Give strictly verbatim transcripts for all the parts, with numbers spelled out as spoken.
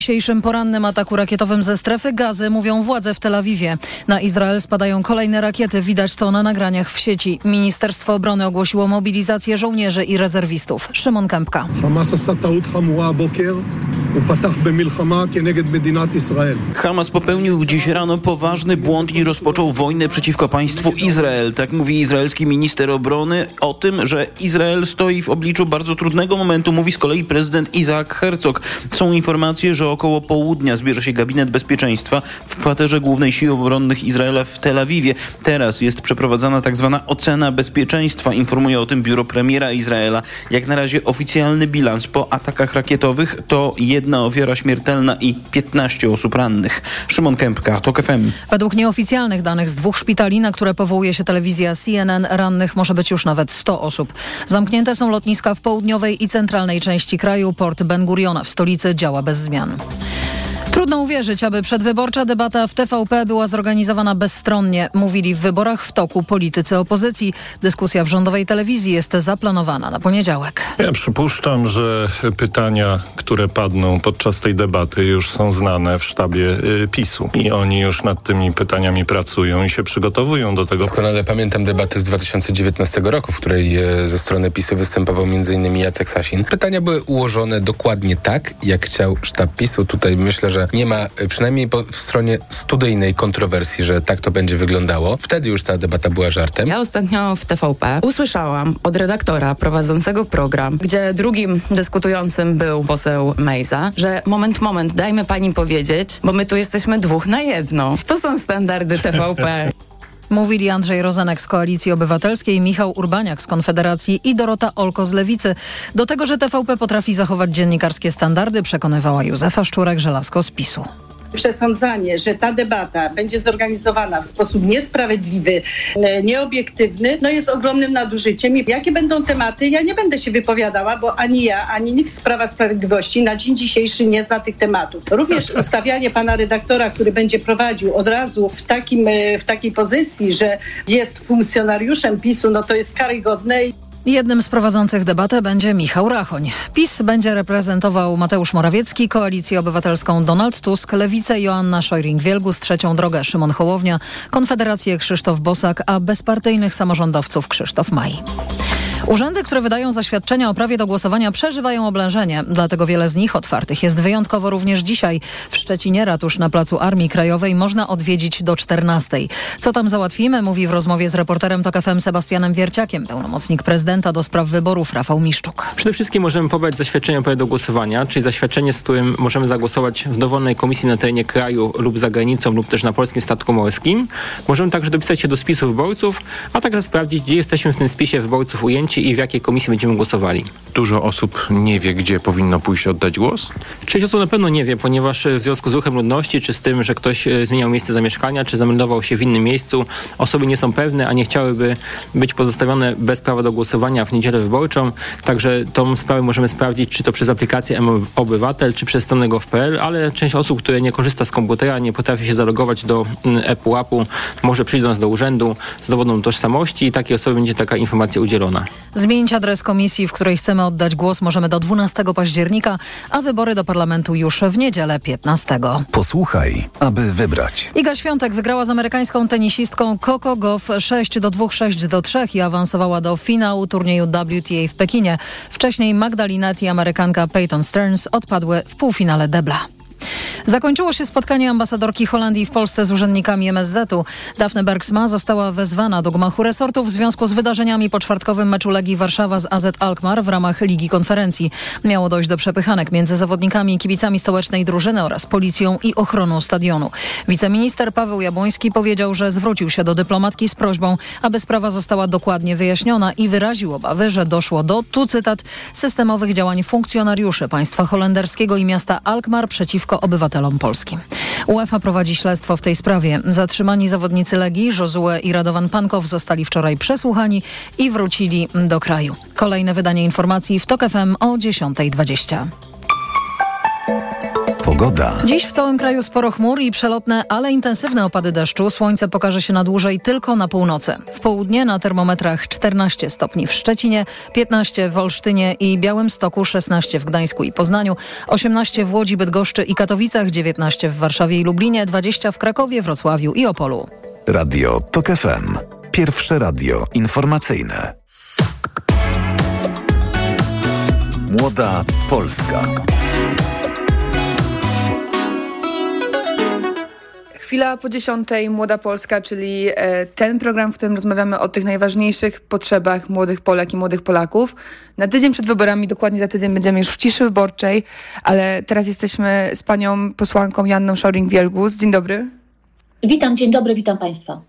W dzisiejszym porannym ataku rakietowym ze strefy Gazy mówią władze w Tel Awiwie. Na Izrael spadają kolejne rakiety, widać to na nagraniach w sieci. Ministerstwo Obrony ogłosiło mobilizację żołnierzy i rezerwistów. Szymon Kępka. Hamas popełnił dziś rano poważny błąd i rozpoczął wojnę przeciwko państwu Izrael. Tak mówi izraelski minister obrony. O tym, że Izrael stoi w obliczu bardzo trudnego momentu, mówi z kolei prezydent Isaac Herzog. Są informacje, że około południa zbierze się gabinet bezpieczeństwa w kwaterze Głównej Sił Obronnych Izraela w Tel Awiwie. Teraz jest przeprowadzana tak zwana ocena bezpieczeństwa. Informuje o tym biuro premiera Izraela. Jak na razie oficjalny bilans po atakach rakietowych to jedna ofiara śmiertelna i piętnaście osób rannych. Szymon Kępka, TOK F M. Według nieoficjalnych danych z dwóch szpitali, na które powołuje się telewizja C N N, rannych może być już nawet sto osób. Zamknięte są lotniska w południowej i centralnej części kraju. Port Ben Guriona w stolicy działa bez zmian. Trudno uwierzyć, aby przedwyborcza debata w T V P była zorganizowana bezstronnie. Mówili w wyborach w toku politycy opozycji. Dyskusja w rządowej telewizji jest zaplanowana na poniedziałek. Ja przypuszczam, że pytania, które padną podczas tej debaty, już są znane w sztabie y, PiSu. I oni już nad tymi pytaniami pracują i się przygotowują do tego. Doskonale pamiętam debatę z dwa tysiące dziewiętnastego roku, w której e, ze strony PiSu występował między innymi Jacek Sasin. Pytania były ułożone dokładnie tak, jak chciał sztab PiSu. Tutaj myślę, że nie ma, przynajmniej po, w stronie studyjnej, kontrowersji, że tak to będzie wyglądało. Wtedy już ta debata była żartem. Ja ostatnio w T V P usłyszałam od redaktora prowadzącego program, gdzie drugim dyskutującym był poseł Mejza, że moment, moment, dajmy pani powiedzieć, bo my tu jesteśmy dwóch na jedno. To są standardy T V P. Mówili Andrzej Rozenek z Koalicji Obywatelskiej, Michał Urbaniak z Konfederacji i Dorota Olko z Lewicy. Do tego, że T V P potrafi zachować dziennikarskie standardy, przekonywała Józefa Szczurek-Żelazko z PiSu. Przesądzanie, że ta debata będzie zorganizowana w sposób niesprawiedliwy, nieobiektywny, no jest ogromnym nadużyciem. I jakie będą tematy, ja nie będę się wypowiadała, bo ani ja, ani nikt z Prawa Sprawiedliwości na dzień dzisiejszy nie zna tych tematów. Również ustawianie pana redaktora, który będzie prowadził od razu w, takim, w takiej pozycji, że jest funkcjonariuszem PiSu, no to jest karygodne. Jednym z prowadzących debatę będzie Michał Rachoń. PiS będzie reprezentował Mateusz Morawiecki, Koalicję Obywatelską Donald Tusk, Lewicę Joanna Szojring-Wielgus, Trzecią Drogę Szymon Hołownia, Konfederację Krzysztof Bosak, a bezpartyjnych samorządowców Krzysztof Maj. Urzędy, które wydają zaświadczenia o prawie do głosowania, przeżywają oblężenie. Dlatego wiele z nich otwartych jest wyjątkowo również dzisiaj. W Szczecinie ratusz na placu Armii Krajowej można odwiedzić do czternastej. Co tam załatwimy, mówi w rozmowie z reporterem TOK F M Sebastianem Wierciakiem pełnomocnik prezydenta do spraw wyborów Rafał Miszczuk. Przede wszystkim możemy pobrać zaświadczenie o prawie do głosowania, czyli zaświadczenie, z którym możemy zagłosować w dowolnej komisji na terenie kraju lub za granicą lub też na polskim statku morskim. Możemy także dopisać się do spisu wyborców, a także sprawdzić, gdzie jesteśmy w tym spisie wyborców ujęci i w jakiej komisji będziemy głosowali. Dużo osób nie wie, gdzie powinno pójść oddać głos? Część osób na pewno nie wie, ponieważ w związku z ruchem ludności, czy z tym, że ktoś zmieniał miejsce zamieszkania, czy zameldował się w innym miejscu, osoby nie są pewne, a nie chciałyby być pozostawione bez prawa do głosowania w niedzielę wyborczą. Także tą sprawę możemy sprawdzić, czy to przez aplikację M-Obywatel, czy przez stronę gov kropka p l, ale część osób, które nie korzysta z komputera, nie potrafi się zalogować do ePUAP-u, może przyjść do nas do urzędu z dowodem tożsamości i takiej osobie będzie taka informacja udzielona. Zmienić adres komisji, w której chcemy oddać głos, możemy do dwunastego października, a wybory do parlamentu już w niedzielę piętnastego. Posłuchaj, aby wybrać. Iga Świątek wygrała z amerykańską tenisistką Coco Gauff sześć do dwóch, sześć do trzech i awansowała do finału turnieju W T A w Pekinie. Wcześniej Magdalena i Amerykanka Peyton Stearns odpadły w półfinale debla. Zakończyło się spotkanie ambasadorki Holandii w Polsce z urzędnikami M S Z-u. Daphne Bergsma została wezwana do gmachu resortu w związku z wydarzeniami po czwartkowym meczu Legii Warszawa z A Z Alkmaar w ramach Ligi Konferencji. Miało dojść do przepychanek między zawodnikami i kibicami stołecznej drużyny oraz policją i ochroną stadionu. Wiceminister Paweł Jabłoński powiedział, że zwrócił się do dyplomatki z prośbą, aby sprawa została dokładnie wyjaśniona i wyraził obawy, że doszło do, tu cytat, systemowych działań funkcjonariuszy państwa holenderskiego i miasta Alkmaar przeciwko obywatelom polskim. UEFA prowadzi śledztwo w tej sprawie. Zatrzymani zawodnicy Legii, Josue i Radovan Pankow zostali wczoraj przesłuchani i wrócili do kraju. Kolejne wydanie informacji w TOK F M o dziesiąta dwadzieścia. Pogoda. Dziś w całym kraju sporo chmur i przelotne, ale intensywne opady deszczu. Słońce pokaże się na dłużej tylko na północy. W południe na termometrach czternaście stopni w Szczecinie, piętnaście w Olsztynie i Białymstoku, szesnaście w Gdańsku i Poznaniu, osiemnaście w Łodzi, Bydgoszczy i Katowicach, dziewiętnaście w Warszawie i Lublinie, dwadzieścia w Krakowie, Wrocławiu i Opolu. Radio TOK F M. Pierwsze radio informacyjne. Młoda Polska. Chwila po dziesiątej, Młoda Polska, czyli ten program, w którym rozmawiamy o tych najważniejszych potrzebach młodych Polek i młodych Polaków. Na tydzień przed wyborami, dokładnie za tydzień, będziemy już w ciszy wyborczej, ale teraz jesteśmy z panią posłanką Joanną Scheuring-Wielgus. Dzień dobry. Witam, dzień dobry, witam państwa.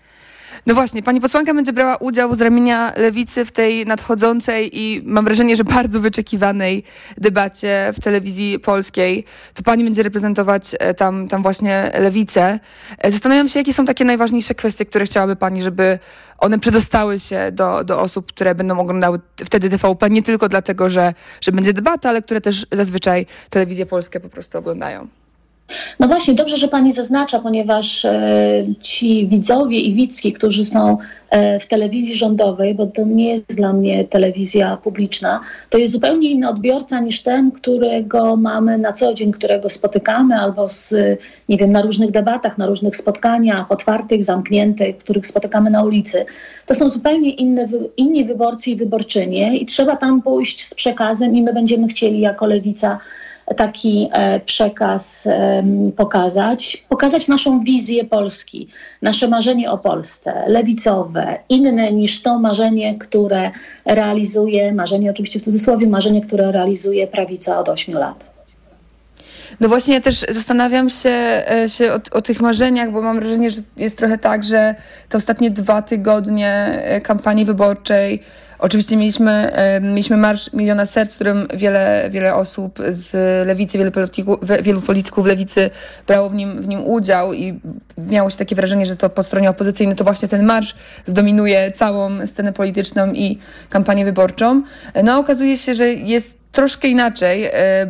No właśnie, pani posłanka będzie brała udział z ramienia Lewicy w tej nadchodzącej i mam wrażenie, że bardzo wyczekiwanej debacie w telewizji polskiej. To pani będzie reprezentować tam, tam właśnie Lewicę. Zastanawiam się, jakie są takie najważniejsze kwestie, które chciałaby pani, żeby one przedostały się do, do osób, które będą oglądały wtedy T V P, nie tylko dlatego, że, że będzie debata, ale które też zazwyczaj telewizję polską po prostu oglądają. No właśnie, dobrze, że pani zaznacza, ponieważ e, ci widzowie i widzki, którzy są e, w telewizji rządowej, bo to nie jest dla mnie telewizja publiczna, to jest zupełnie inny odbiorca niż ten, którego mamy na co dzień, którego spotykamy albo z, nie wiem, na różnych debatach, na różnych spotkaniach otwartych, zamkniętych, których spotykamy na ulicy. To są zupełnie inne, inni wyborcy i wyborczynie i trzeba tam pójść z przekazem i my będziemy chcieli jako Lewica taki e, przekaz e, pokazać, pokazać naszą wizję Polski, nasze marzenie o Polsce, lewicowe, inne niż to marzenie, które realizuje, marzenie oczywiście w cudzysłowie, marzenie, które realizuje prawica od ośmiu lat. No właśnie, ja też zastanawiam się, się o, o tych marzeniach, bo mam wrażenie, że jest trochę tak, że te ostatnie dwa tygodnie kampanii wyborczej, oczywiście mieliśmy, mieliśmy Marsz Miliona Serc, w którym wiele, wiele osób z Lewicy, wielu polityków, wielu polityków Lewicy brało w nim, w nim udział i miało się takie wrażenie, że to po stronie opozycyjnej to właśnie ten marsz zdominuje całą scenę polityczną i kampanię wyborczą. No okazuje się, że jest troszkę inaczej,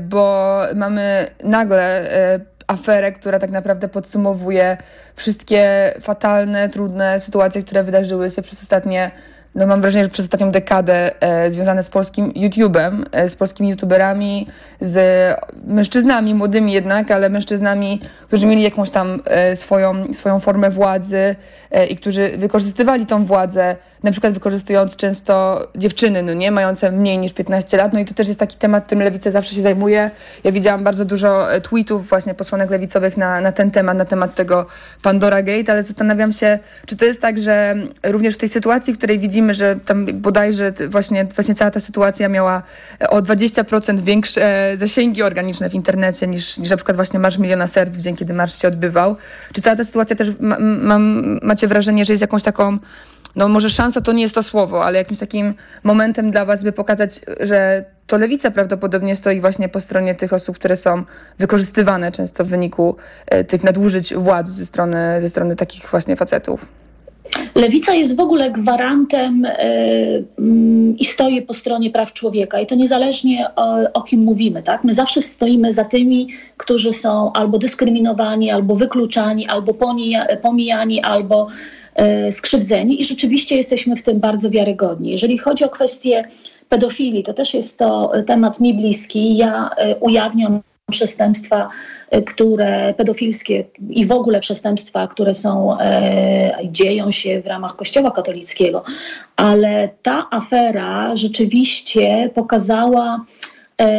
bo mamy nagle aferę, która tak naprawdę podsumowuje wszystkie fatalne, trudne sytuacje, które wydarzyły się przez ostatnie, no mam wrażenie, że przez ostatnią dekadę e, związane z polskim YouTube'em, e, z polskimi YouTuberami, z mężczyznami, młodymi jednak, ale mężczyznami, którzy mieli jakąś tam e, swoją, swoją formę władzy e, i którzy wykorzystywali tą władzę, na przykład wykorzystując często dziewczyny, no nie, mające mniej niż piętnaście lat, no i to też jest taki temat, którym Lewica zawsze się zajmuje. Ja widziałam bardzo dużo tweetów właśnie posłanek lewicowych na, na ten temat, na temat tego Pandora Gate, ale zastanawiam się, czy to jest tak, że również w tej sytuacji, w której widzimy, że tam bodajże właśnie, właśnie cała ta sytuacja miała o dwadzieścia procent większe zasięgi organiczne w internecie niż, niż na przykład właśnie Marsz Miliona Serc, w dzień, kiedy marsz się odbywał. Czy cała ta sytuacja też ma, ma, macie wrażenie, że jest jakąś taką, no może szansa to nie jest to słowo, ale jakimś takim momentem dla was, by pokazać, że to Lewica prawdopodobnie stoi właśnie po stronie tych osób, które są wykorzystywane często w wyniku e, tych nadużyć władzy ze strony, ze strony takich właśnie facetów? Lewica jest w ogóle gwarantem y, y, i stoi po stronie praw człowieka i to niezależnie o, o kim mówimy, tak? My zawsze stoimy za tymi, którzy są albo dyskryminowani, albo wykluczani, albo pomija, pomijani, albo y, skrzywdzeni i rzeczywiście jesteśmy w tym bardzo wiarygodni. Jeżeli chodzi o kwestię pedofilii, to też jest to temat mi bliski. Ja y, ujawniam przestępstwa, które pedofilskie i w ogóle przestępstwa, które są, e, dzieją się w ramach Kościoła katolickiego. Ale ta afera rzeczywiście pokazała, e,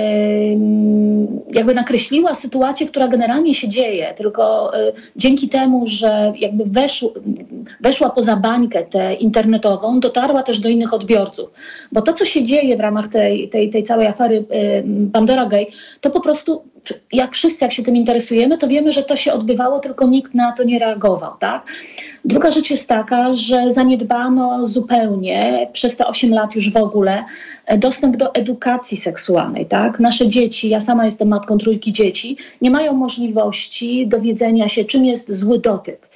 jakby nakreśliła sytuację, która generalnie się dzieje, tylko e, dzięki temu, że jakby weszł, weszła poza bańkę tę internetową, dotarła też do innych odbiorców. Bo to, co się dzieje w ramach tej, tej, tej całej afery e, Pandora Gate, to po prostu jak wszyscy, jak się tym interesujemy, to wiemy, że to się odbywało, tylko nikt na to nie reagował, tak? Druga rzecz jest taka, że zaniedbano zupełnie przez te osiem lat już w ogóle dostęp do edukacji seksualnej, tak? Nasze dzieci, ja sama jestem matką trójki dzieci, nie mają możliwości dowiedzenia się, czym jest zły dotyk.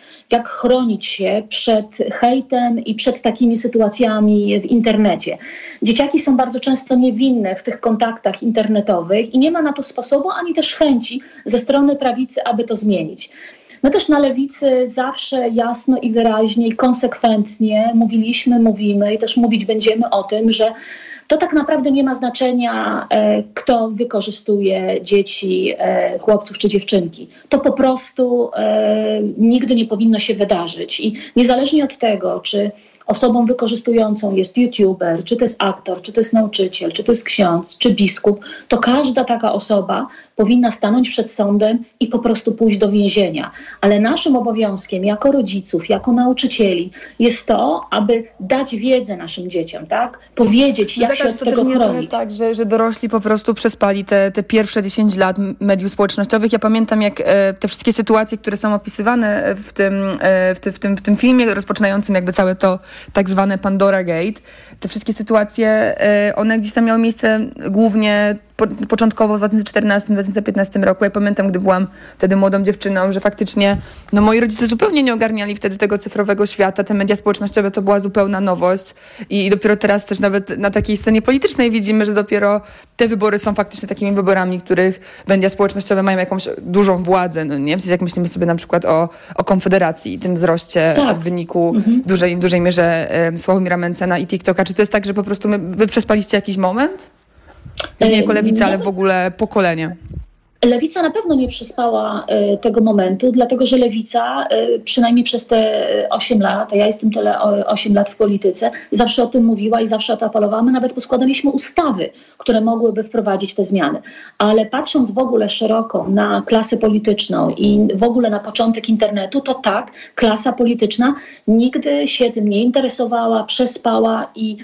jak chronić się przed hejtem i przed takimi sytuacjami w internecie. Dzieciaki są bardzo często niewinne w tych kontaktach internetowych i nie ma na to sposobu ani też chęci ze strony prawicy, aby to zmienić. My też na Lewicy zawsze jasno i wyraźnie i konsekwentnie mówiliśmy, mówimy i też mówić będziemy o tym, że to tak naprawdę nie ma znaczenia, e, kto wykorzystuje dzieci, e, chłopców czy dziewczynki. To po prostu e, nigdy nie powinno się wydarzyć. I niezależnie od tego, czy osobą wykorzystującą jest youtuber, czy to jest aktor, czy to jest nauczyciel, czy to jest ksiądz, czy biskup, to każda taka osoba powinna stanąć przed sądem i po prostu pójść do więzienia. Ale naszym obowiązkiem jako rodziców, jako nauczycieli jest to, aby dać wiedzę naszym dzieciom, tak? Powiedzieć, jak no się tak, od to tego też nie chronić. jest tak, że, że dorośli po prostu przespali te, te pierwsze dziesięć lat mediów społecznościowych. Ja pamiętam, jak e, te wszystkie sytuacje, które są opisywane w tym, e, w, ty, w, tym, w tym filmie rozpoczynającym jakby całe to tak zwane Pandora Gate, te wszystkie sytuacje, e, one gdzieś tam miały miejsce głównie po, początkowo w dwa tysiące czternastym dwa tysiące piętnastym roku. Ja pamiętam, gdy byłam wtedy młodą dziewczyną, że faktycznie no, moi rodzice zupełnie nie ogarniali wtedy tego cyfrowego świata. Te media społecznościowe to była zupełna nowość i, i dopiero teraz też nawet na takiej scenie politycznej widzimy, że dopiero te wybory są faktycznie takimi wyborami, w których media społecznościowe mają jakąś dużą władzę. No, nie? W sensie jak myślimy sobie na przykład o, o Konfederacji i tym wzroście tak. w wyniku mhm. dużej, w dużej mierze e, Sławomira Mencena i TikToka. Czy to jest tak, że po prostu my, wy przespaliście jakiś moment? Nie jako Lewica, ale w ogóle pokolenie. Lewica na pewno nie przespała y, tego momentu, dlatego że Lewica y, przynajmniej przez te osiem lat, a ja jestem tyle osiem lat w polityce, zawsze o tym mówiła i zawsze o to apelowała. My nawet poskładaliśmy ustawy, które mogłyby wprowadzić te zmiany. Ale patrząc w ogóle szeroko na klasę polityczną i w ogóle na początek internetu, to tak, klasa polityczna nigdy się tym nie interesowała, przespała i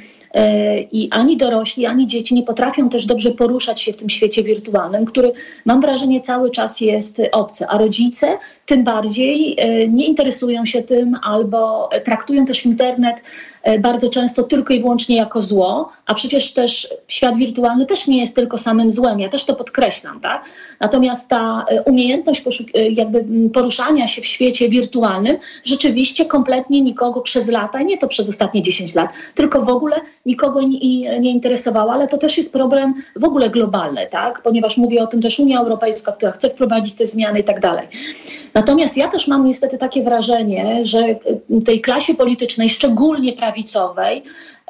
I ani dorośli, ani dzieci nie potrafią też dobrze poruszać się w tym świecie wirtualnym, który mam wrażenie cały czas jest obcy, a rodzice tym bardziej nie interesują się tym albo traktują też internet bardzo często tylko i wyłącznie jako zło, a przecież też świat wirtualny też nie jest tylko samym złem, ja też to podkreślam, tak? Natomiast ta umiejętność jakby poruszania się w świecie wirtualnym rzeczywiście kompletnie nikogo przez lata, nie to przez ostatnie dziesięć lat, tylko w ogóle nikogo nie, nie interesowała, ale to też jest problem w ogóle globalny, tak? Ponieważ mówi o tym też Unia Europejska, która chce wprowadzić te zmiany i tak dalej. Natomiast ja też mam niestety takie wrażenie, że tej klasie politycznej, szczególnie prawicowej,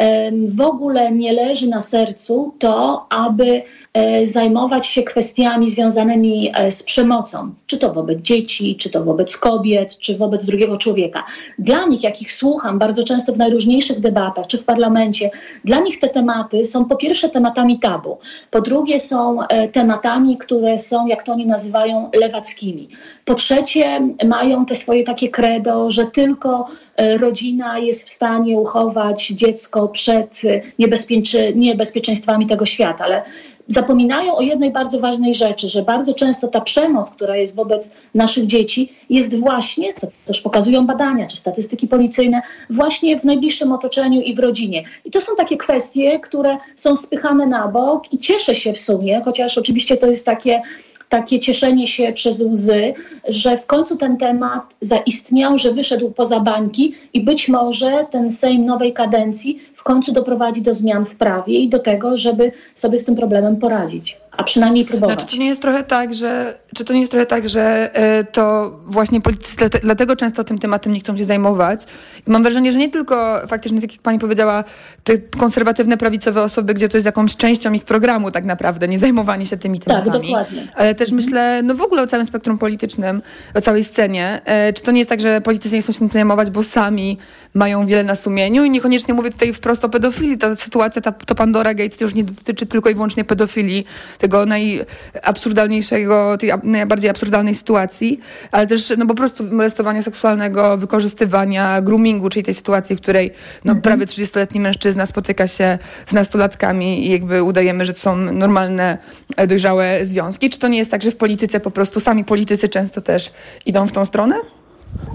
w ogóle nie leży na sercu to, aby zajmować się kwestiami związanymi z przemocą, czy to wobec dzieci, czy to wobec kobiet, czy wobec drugiego człowieka. Dla nich, jak ich słucham bardzo często w najróżniejszych debatach, czy w parlamencie, dla nich te tematy są po pierwsze tematami tabu, po drugie są tematami, które są, jak to oni nazywają, lewackimi. Po trzecie mają te swoje takie credo, że tylko rodzina jest w stanie uchować dziecko przed niebezpieczy- niebezpieczeństwami tego świata, ale zapominają o jednej bardzo ważnej rzeczy, że bardzo często ta przemoc, która jest wobec naszych dzieci, jest właśnie, co też pokazują badania czy statystyki policyjne, właśnie w najbliższym otoczeniu i w rodzinie. I to są takie kwestie, które są spychane na bok i cieszę się w sumie, chociaż oczywiście to jest takie takie cieszenie się przez łzy, że w końcu ten temat zaistniał, że wyszedł poza bańki i być może ten Sejm nowej kadencji w końcu doprowadzi do zmian w prawie i do tego, żeby sobie z tym problemem poradzić, a przynajmniej próbować. No, czy to nie jest trochę tak, że, czy to nie jest trochę tak, że y, to właśnie politycy dlate, dlatego często tym tematem nie chcą się zajmować? I mam wrażenie, że nie tylko faktycznie, tak jak pani powiedziała, te konserwatywne, prawicowe osoby, gdzie to jest jakąś częścią ich programu tak naprawdę, nie zajmowanie się tymi tematami. Tak, dokładnie. Ale też myślę, no w ogóle o całym spektrum politycznym, o całej scenie. Y, czy to nie jest tak, że politycy nie chcą się tym zajmować, bo sami mają wiele na sumieniu i niekoniecznie mówię tutaj wprost o pedofilii. Ta sytuacja, ta, to Pandora Gate to już nie dotyczy tylko i wyłącznie pedofilii, tego najabsurdalniejszego, tej najbardziej absurdalnej sytuacji, ale też no po prostu molestowania seksualnego, wykorzystywania, groomingu, czyli tej sytuacji, w której no, mhm. prawie trzydziestoletni mężczyzna spotyka się z nastolatkami i jakby udajemy, że to są normalne, dojrzałe związki. Czy to nie jest tak, że w polityce po prostu sami politycy często też idą w tą stronę?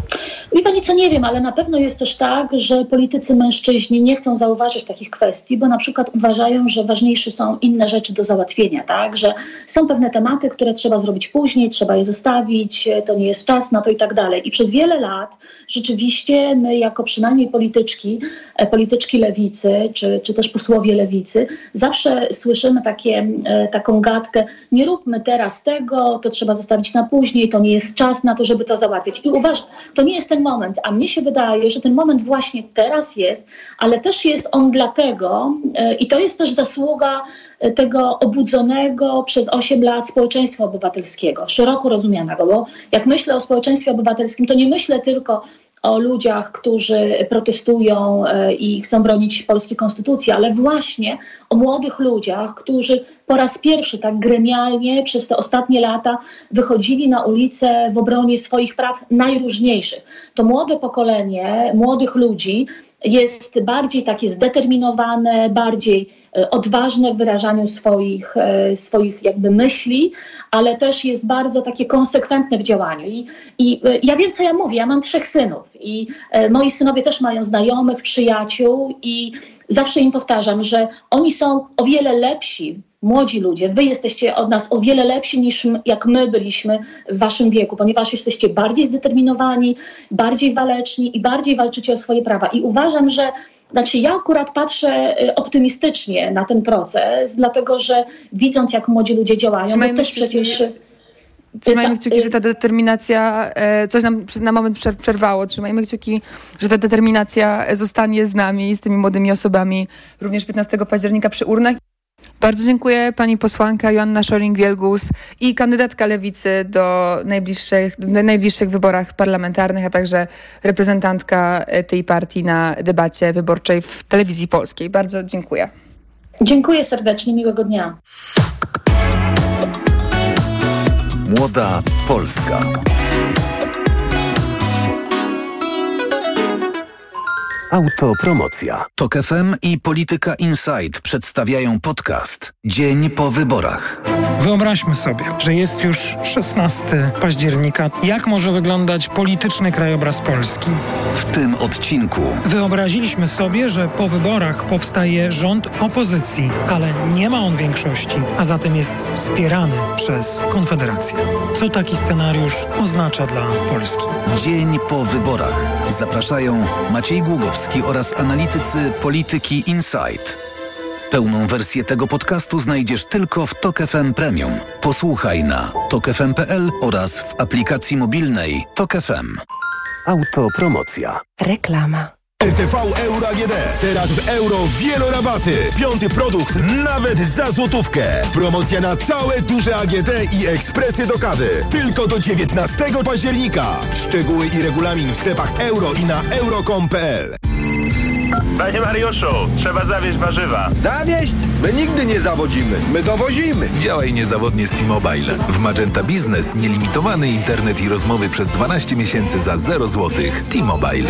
Wie pani co, nie wiem, ale na pewno jest też tak, że politycy mężczyźni nie chcą zauważyć takich kwestii, bo na przykład uważają, że ważniejsze są inne rzeczy do załatwienia, tak? Że są pewne tematy, które trzeba zrobić później, trzeba je zostawić, to nie jest czas na to i tak dalej. I przez wiele lat rzeczywiście my jako przynajmniej polityczki, polityczki lewicy, czy, czy też posłowie lewicy, zawsze słyszymy takie, taką gadkę, nie róbmy teraz tego, to trzeba zostawić na później, to nie jest czas na to, żeby to załatwić. I uważam, to nie jest ten moment, a mnie się wydaje, że ten moment właśnie teraz jest, ale też jest on dlatego, i to jest też zasługa tego obudzonego przez osiem lat społeczeństwa obywatelskiego, szeroko rozumianego, bo jak myślę o społeczeństwie obywatelskim, to nie myślę tylko o ludziach, którzy protestują i chcą bronić polskiej konstytucji, ale właśnie o młodych ludziach, którzy po raz pierwszy tak gremialnie przez te ostatnie lata wychodzili na ulicę w obronie swoich praw najróżniejszych. To młode pokolenie młodych ludzi jest bardziej takie zdeterminowane, bardziej odważne w wyrażaniu swoich, swoich jakby myśli, ale też jest bardzo takie konsekwentne w działaniu. I, I ja wiem, co ja mówię. Ja mam trzech synów i moi synowie też mają znajomych, przyjaciół i zawsze im powtarzam, że oni są o wiele lepsi, młodzi ludzie, wy jesteście od nas o wiele lepsi niż jak my byliśmy w waszym wieku, ponieważ jesteście bardziej zdeterminowani, bardziej waleczni i bardziej walczycie o swoje prawa. I uważam, że Znaczy ja akurat patrzę optymistycznie na ten proces, dlatego że widząc, jak młodzi ludzie działają, Trzymajmy bo też kciuki, przecież... Trzymajmy ta, kciuki, że ta determinacja, coś nam na moment przerwało, trzymajmy kciuki, że ta determinacja zostanie z nami, z tymi młodymi osobami, również piętnastego października przy urnach. Bardzo dziękuję pani posłanka Joanna Scheuring-Wielgus i kandydatka Lewicy do najbliższych, w najbliższych wyborach parlamentarnych, a także reprezentantka tej partii na debacie wyborczej w Telewizji Polskiej. Bardzo dziękuję. Dziękuję serdecznie, miłego dnia. Młoda Polska. Autopromocja. Tok F M i Polityka Insight przedstawiają podcast Dzień po wyborach. Wyobraźmy sobie, że jest już szesnastego października. Jak może wyglądać polityczny krajobraz Polski? W tym odcinku wyobraziliśmy sobie, że po wyborach powstaje rząd opozycji, ale nie ma on większości, a zatem jest wspierany przez Konfederację. Co taki scenariusz oznacza dla Polski? Dzień po wyborach. Zapraszają Maciej Głogowski oraz analitycy Polityki Insight. Pełną wersję tego podcastu znajdziesz tylko w Tok F M Premium. Posłuchaj na tok f m kropka p l oraz w aplikacji mobilnej Tok F M. Autopromocja. Reklama. R T V Euro A G D. Teraz w euro wielorabaty. Piąty produkt nawet za złotówkę. Promocja na całe duże A G D i ekspresy do kawy. Tylko do dziewiętnastego października. Szczegóły i regulamin w sklepach euro i na euro kropka com kropka p l. Panie Mariuszu, trzeba zawieźć warzywa. Zawieźć? My nigdy nie zawodzimy, my dowozimy. Działaj niezawodnie z T-Mobile. W Magenta Business nielimitowany internet i rozmowy przez dwanaście miesięcy za zero złotych. T-Mobile.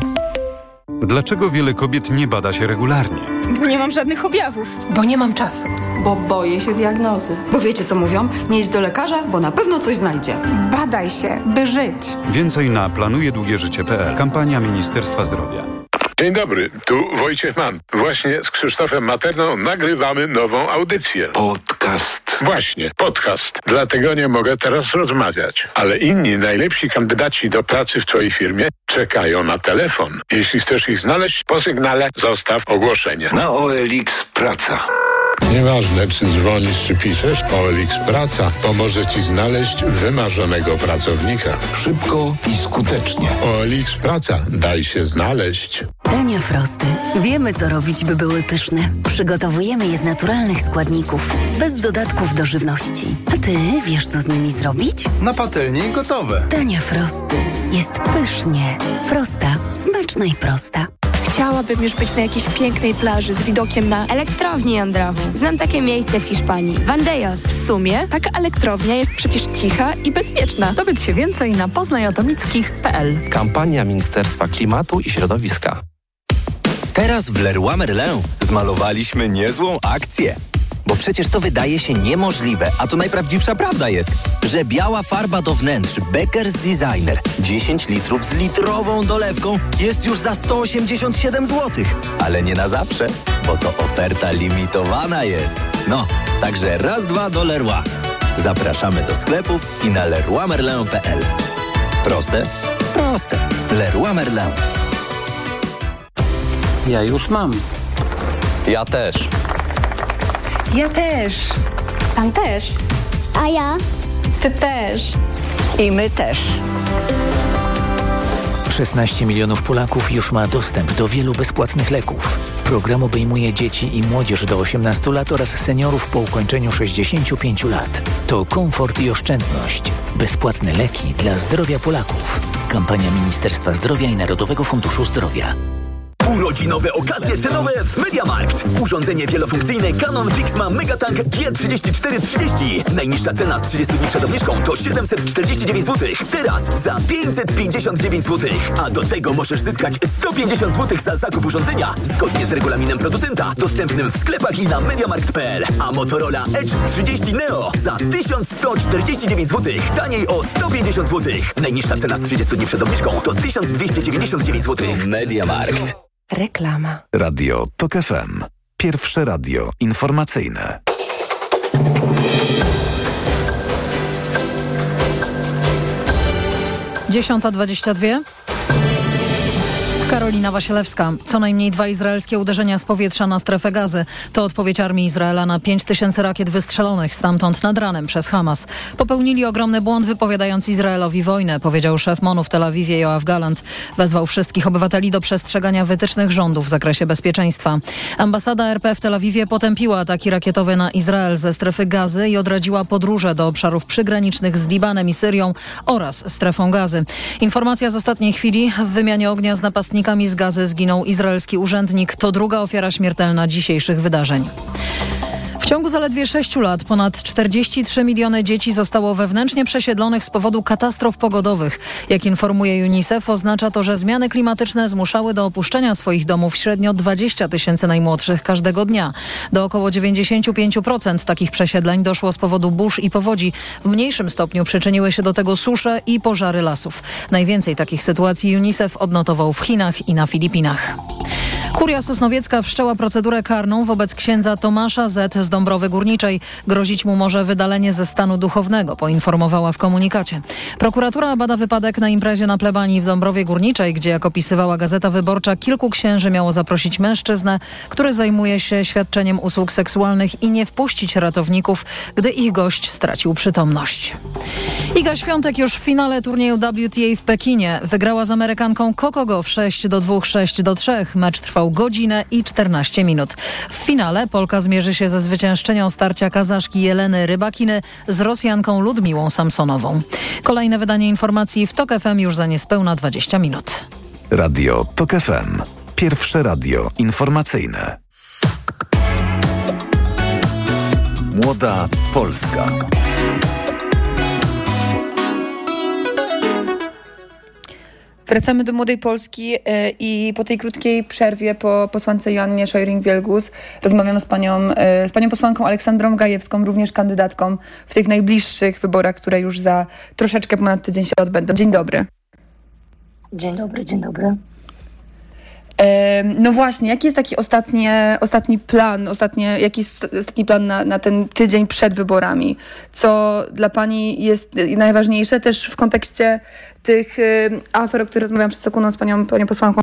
Dlaczego wiele kobiet nie bada się regularnie? Bo nie mam żadnych objawów. Bo nie mam czasu. Bo boję się diagnozy. Bo wiecie co mówią? Nie idź do lekarza, bo na pewno coś znajdzie. Badaj się, by żyć. Więcej na planuje długie życie kropka p l. Kampania Ministerstwa Zdrowia. Dzień dobry, tu Wojciech Mann. Właśnie z Krzysztofem Materną nagrywamy nową audycję. Podcast. Właśnie, podcast. Dlatego nie mogę teraz rozmawiać. Ale inni najlepsi kandydaci do pracy w twojej firmie czekają na telefon. Jeśli chcesz ich znaleźć, po sygnale zostaw ogłoszenie. Na O L X Praca. Nieważne, czy dzwonisz, czy piszesz, O L X Praca pomoże ci znaleźć wymarzonego pracownika. Szybko i skutecznie. O L X Praca. Daj się znaleźć. Dania Frosty. Wiemy, co robić, by były pyszne. Przygotowujemy je z naturalnych składników, bez dodatków do żywności. A ty wiesz, co z nimi zrobić? Na patelnię i gotowe. Dania Frosty. Jest pysznie. Frosta. Smaczna i prosta. Chciałabym już być na jakiejś pięknej plaży z widokiem na elektrownię jądrową. Znam takie miejsce w Hiszpanii. Vandejos. W sumie taka elektrownia jest przecież cicha i bezpieczna. Dowiedz się więcej na poznajatomickich kropka p l. Kampania Ministerstwa Klimatu i Środowiska. Teraz w Leroy Merlin zmalowaliśmy niezłą akcję. Bo przecież to wydaje się niemożliwe, a to najprawdziwsza prawda jest, że biała farba do wnętrz Beckers Designer dziesięć litrów z litrową dolewką jest już za sto osiemdziesiąt siedem złotych. Ale nie na zawsze, bo to oferta limitowana jest. No, także raz, dwa do Leroy. Zapraszamy do sklepów i na leroy merlin kropka p l. Proste? Proste. Leroy Merlin. Ja już mam. Ja też. Ja też. Pan też. A ja? Ty też. I my też. szesnaście milionów Polaków już ma dostęp do wielu bezpłatnych leków. Program obejmuje dzieci i młodzież do osiemnastu lat oraz seniorów po ukończeniu sześćdziesięciu pięciu lat. To komfort i oszczędność. Bezpłatne leki dla zdrowia Polaków. Kampania Ministerstwa Zdrowia i Narodowego Funduszu Zdrowia. Urodzinowe okazje cenowe w MediaMarkt. Urządzenie wielofunkcyjne Canon Vixma Megatank G trzydzieści cztery trzydzieści. Najniższa cena z trzydziestu dni przed obniżką to siedemset czterdzieści dziewięć złotych. Teraz za pięćset pięćdziesiąt dziewięć złotych. A do tego możesz zyskać sto pięćdziesiąt złotych za zakup urządzenia zgodnie z regulaminem producenta, dostępnym w sklepach i na mediamarkt kropka p l. A Motorola Edge trzydzieści Neo za tysiąc sto czterdzieści dziewięć złotych. Taniej o sto pięćdziesiąt złotych. Najniższa cena z trzydziestu dni przed obniżką to tysiąc dwieście dziewięćdziesiąt dziewięć złotych. MediaMarkt. Reklama. Radio TOK F M. Pierwsze radio informacyjne. dziesiąta dwadzieścia dwa. Karolina Wasielewska. Co najmniej dwa izraelskie uderzenia z powietrza na strefę Gazy. To odpowiedź armii Izraela na pięć tysięcy rakiet wystrzelonych stamtąd nad ranem przez Hamas. Popełnili ogromny błąd, wypowiadając Izraelowi wojnę, powiedział szef MONU w Tel Awiwie Joachim Gallant. Wezwał wszystkich obywateli do przestrzegania wytycznych rządu w zakresie bezpieczeństwa. Ambasada R P w Tel Awiwie potępiła ataki rakietowe na Izrael ze strefy Gazy i odradziła podróże do obszarów przygranicznych z Libanem i Syrią oraz strefą Gazy. Informacja z ostatniej chwili: w wymianie ognia z napastnikami z Gazy zginął izraelski urzędnik. To druga ofiara śmiertelna dzisiejszych wydarzeń. W ciągu zaledwie sześciu lat ponad czterdzieści trzy miliony dzieci zostało wewnętrznie przesiedlonych z powodu katastrof pogodowych. Jak informuje UNICEF, oznacza to, że zmiany klimatyczne zmuszały do opuszczenia swoich domów średnio dwadzieścia tysięcy najmłodszych każdego dnia. Do około dziewięćdziesiąt pięć procent takich przesiedleń doszło z powodu burz i powodzi. W mniejszym stopniu przyczyniły się do tego susze i pożary lasów. Najwięcej takich sytuacji UNICEF odnotował w Chinach i na Filipinach. Kuria Sosnowiecka wszczęła procedurę karną wobec księdza Tomasza Z. z Dąbrowy Górniczej. Grozić mu może wydalenie ze stanu duchownego, poinformowała w komunikacie. Prokuratura bada wypadek na imprezie na plebanii w Dąbrowie Górniczej, gdzie, jak opisywała Gazeta Wyborcza, kilku księży miało zaprosić mężczyznę, który zajmuje się świadczeniem usług seksualnych, i nie wpuścić ratowników, gdy ich gość stracił przytomność. Iga Świątek już w finale turnieju W T A w Pekinie. Wygrała z Amerykanką Coco Gauff sześć do dwóch, sześć do trzech. Mecz trwał godzinę i czternaście minut. W finale Polka zmierzy się ze zwyciężczynią starcia Kazaszki Jeleny Rybakiny z Rosjanką Ludmiłą Samsonową. Kolejne wydanie informacji w TOK F M już za niespełna dwadzieścia minut. Radio TOK F M. Pierwsze radio informacyjne. Młoda Polska. Wracamy do Młodej Polski i po tej krótkiej przerwie po posłance Joannie Scheuring-Wielgus rozmawiam z panią, z panią posłanką Aleksandrą Gajewską, również kandydatką w tych najbliższych wyborach, które już za troszeczkę ponad tydzień się odbędą. Dzień dobry. Dzień dobry, dzień dobry. No właśnie, jaki jest taki ostatni, ostatni plan, ostatnie, jaki jest ostatni plan na, na ten tydzień przed wyborami? Co dla pani jest najważniejsze też w kontekście tych afer, o których rozmawiałam przed sekundą z panią, panią posłanką?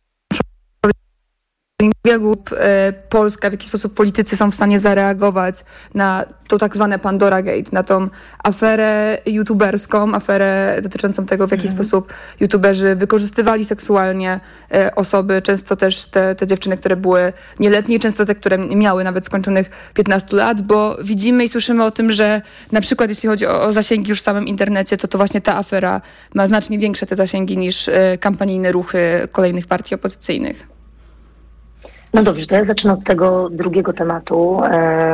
Polska, w jaki sposób politycy są w stanie zareagować na to tak zwane Pandora Gate, na tą aferę youtuberską, aferę dotyczącą tego, w jaki mm. sposób youtuberzy wykorzystywali seksualnie e, osoby, często też te, te dziewczyny, które były nieletnie, często te, które miały nawet skończonych piętnaście lat, bo widzimy i słyszymy o tym, że na przykład jeśli chodzi o, o zasięgi już w samym internecie, to to właśnie ta afera ma znacznie większe te zasięgi niż e, kampanijne ruchy kolejnych partii opozycyjnych. No dobrze, to ja zacznę od tego drugiego tematu,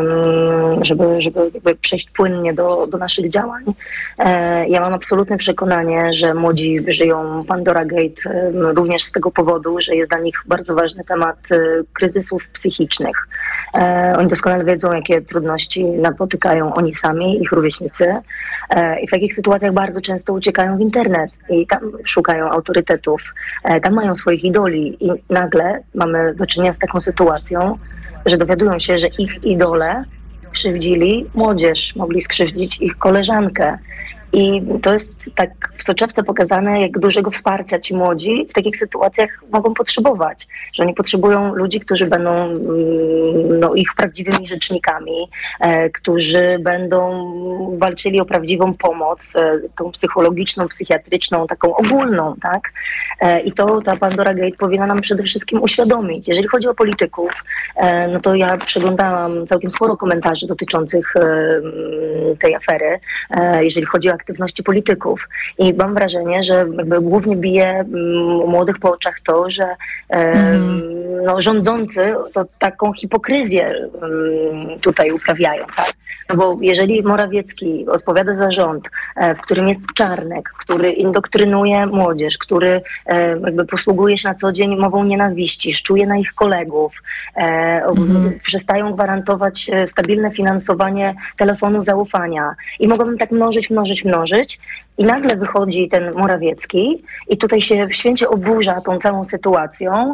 żeby, żeby jakby przejść płynnie do, do naszych działań. Ja mam absolutne przekonanie, że młodzi żyją Pandora Gate również z tego powodu, że jest dla nich bardzo ważny temat kryzysów psychicznych. Oni doskonale wiedzą, jakie trudności napotykają oni sami, ich rówieśnicy i w takich sytuacjach bardzo często uciekają w internet i tam szukają autorytetów, tam mają swoich idoli i nagle mamy do czynienia z taką sytuacją, że dowiadują się, że ich idole krzywdzili młodzież, mogli skrzywdzić ich koleżankę. I to jest tak w soczewce pokazane, jak dużego wsparcia ci młodzi w takich sytuacjach mogą potrzebować. Że oni potrzebują ludzi, którzy będą no, ich prawdziwymi rzecznikami, e, którzy będą walczyli o prawdziwą pomoc, e, tą psychologiczną, psychiatryczną, taką ogólną, tak? E, I to ta Pandora Gate powinna nam przede wszystkim uświadomić. Jeżeli chodzi o polityków, e, no to ja przeglądałam całkiem sporo komentarzy dotyczących e, tej afery, e, jeżeli chodzi o aktywności polityków. I mam wrażenie, że jakby głównie bije u młodych po oczach to, że mm. no, rządzący to taką hipokryzję tutaj uprawiają. Tak? No bo jeżeli Morawiecki odpowiada za rząd, w którym jest Czarnek, który indoktrynuje młodzież, który jakby posługuje się na co dzień mową nienawiści, szczuje na ich kolegów, mm. przestają gwarantować stabilne finansowanie telefonu zaufania i mogą tak mnożyć, mnożyć, mnożyć i nagle wychodzi ten Morawiecki i tutaj się święcie oburza tą całą sytuacją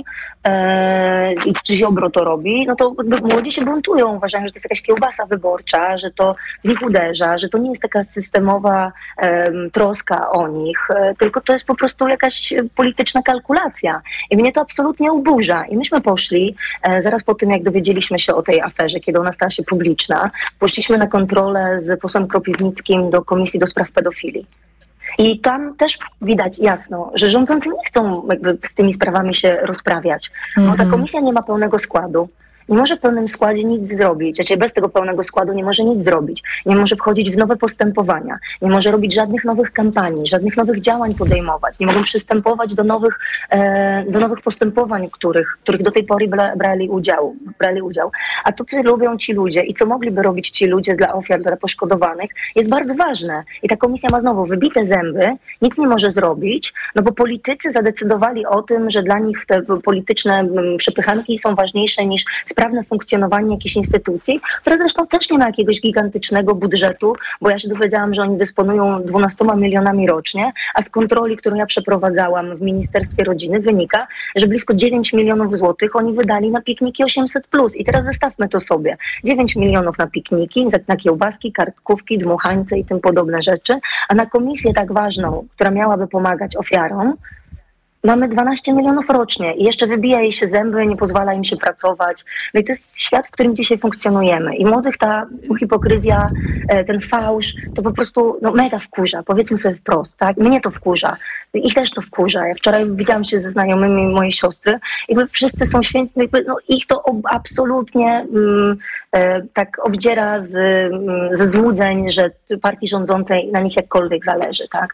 e, i czy Ziobro to robi, no to młodzi się buntują, uważają, że to jest jakaś kiełbasa wyborcza, że to w nich uderza, że to nie jest taka systemowa e, troska o nich, e, tylko to jest po prostu jakaś polityczna kalkulacja i mnie to absolutnie oburza. I myśmy poszli, e, zaraz po tym jak dowiedzieliśmy się o tej aferze, kiedy ona stała się publiczna, poszliśmy na kontrolę z posłem Kropiwnickim do Komisji do Spraw Pedofilii. I tam też widać jasno, że rządzący nie chcą jakby z tymi sprawami się rozprawiać, mm-hmm. bo ta komisja nie ma pełnego składu. Nie może w pełnym składzie nic zrobić, znaczy bez tego pełnego składu nie może nic zrobić, nie może wchodzić w nowe postępowania, nie może robić żadnych nowych kampanii, żadnych nowych działań podejmować, nie mogą przystępować do nowych, e, do nowych postępowań, których, których do tej pory bra, brali, udział, brali udział. A to, co lubią ci ludzie i co mogliby robić ci ludzie dla ofiar, dla poszkodowanych, jest bardzo ważne. I ta komisja ma znowu wybite zęby, nic nie może zrobić, no bo politycy zadecydowali o tym, że dla nich te polityczne m, przepychanki są ważniejsze niż sprawne funkcjonowanie jakiejś instytucji, która zresztą też nie ma jakiegoś gigantycznego budżetu, bo ja się dowiedziałam, że oni dysponują dwunastoma milionami rocznie, a z kontroli, którą ja przeprowadzałam w Ministerstwie Rodziny wynika, że blisko dziewięć milionów złotych oni wydali na pikniki osiemset plus. I teraz zestawmy to sobie. dziewięć milionów na pikniki, na kiełbaski, kartkówki, dmuchańce i tym podobne rzeczy, a na komisję tak ważną, która miałaby pomagać ofiarom, mamy dwanaście milionów rocznie i jeszcze wybija jej się zęby, nie pozwala im się pracować. No i to jest świat, w którym dzisiaj funkcjonujemy. I młodych ta hipokryzja, ten fałsz, to po prostu no, mega wkurza. Powiedzmy sobie wprost, tak? Mnie to wkurza. Ich też to wkurza. Ja wczoraj widziałam się ze znajomymi mojej siostry i wszyscy są święci. No, ich to ob- absolutnie mm, e, tak obdziera z, mm, ze złudzeń, że partii rządzącej na nich jakkolwiek zależy, tak?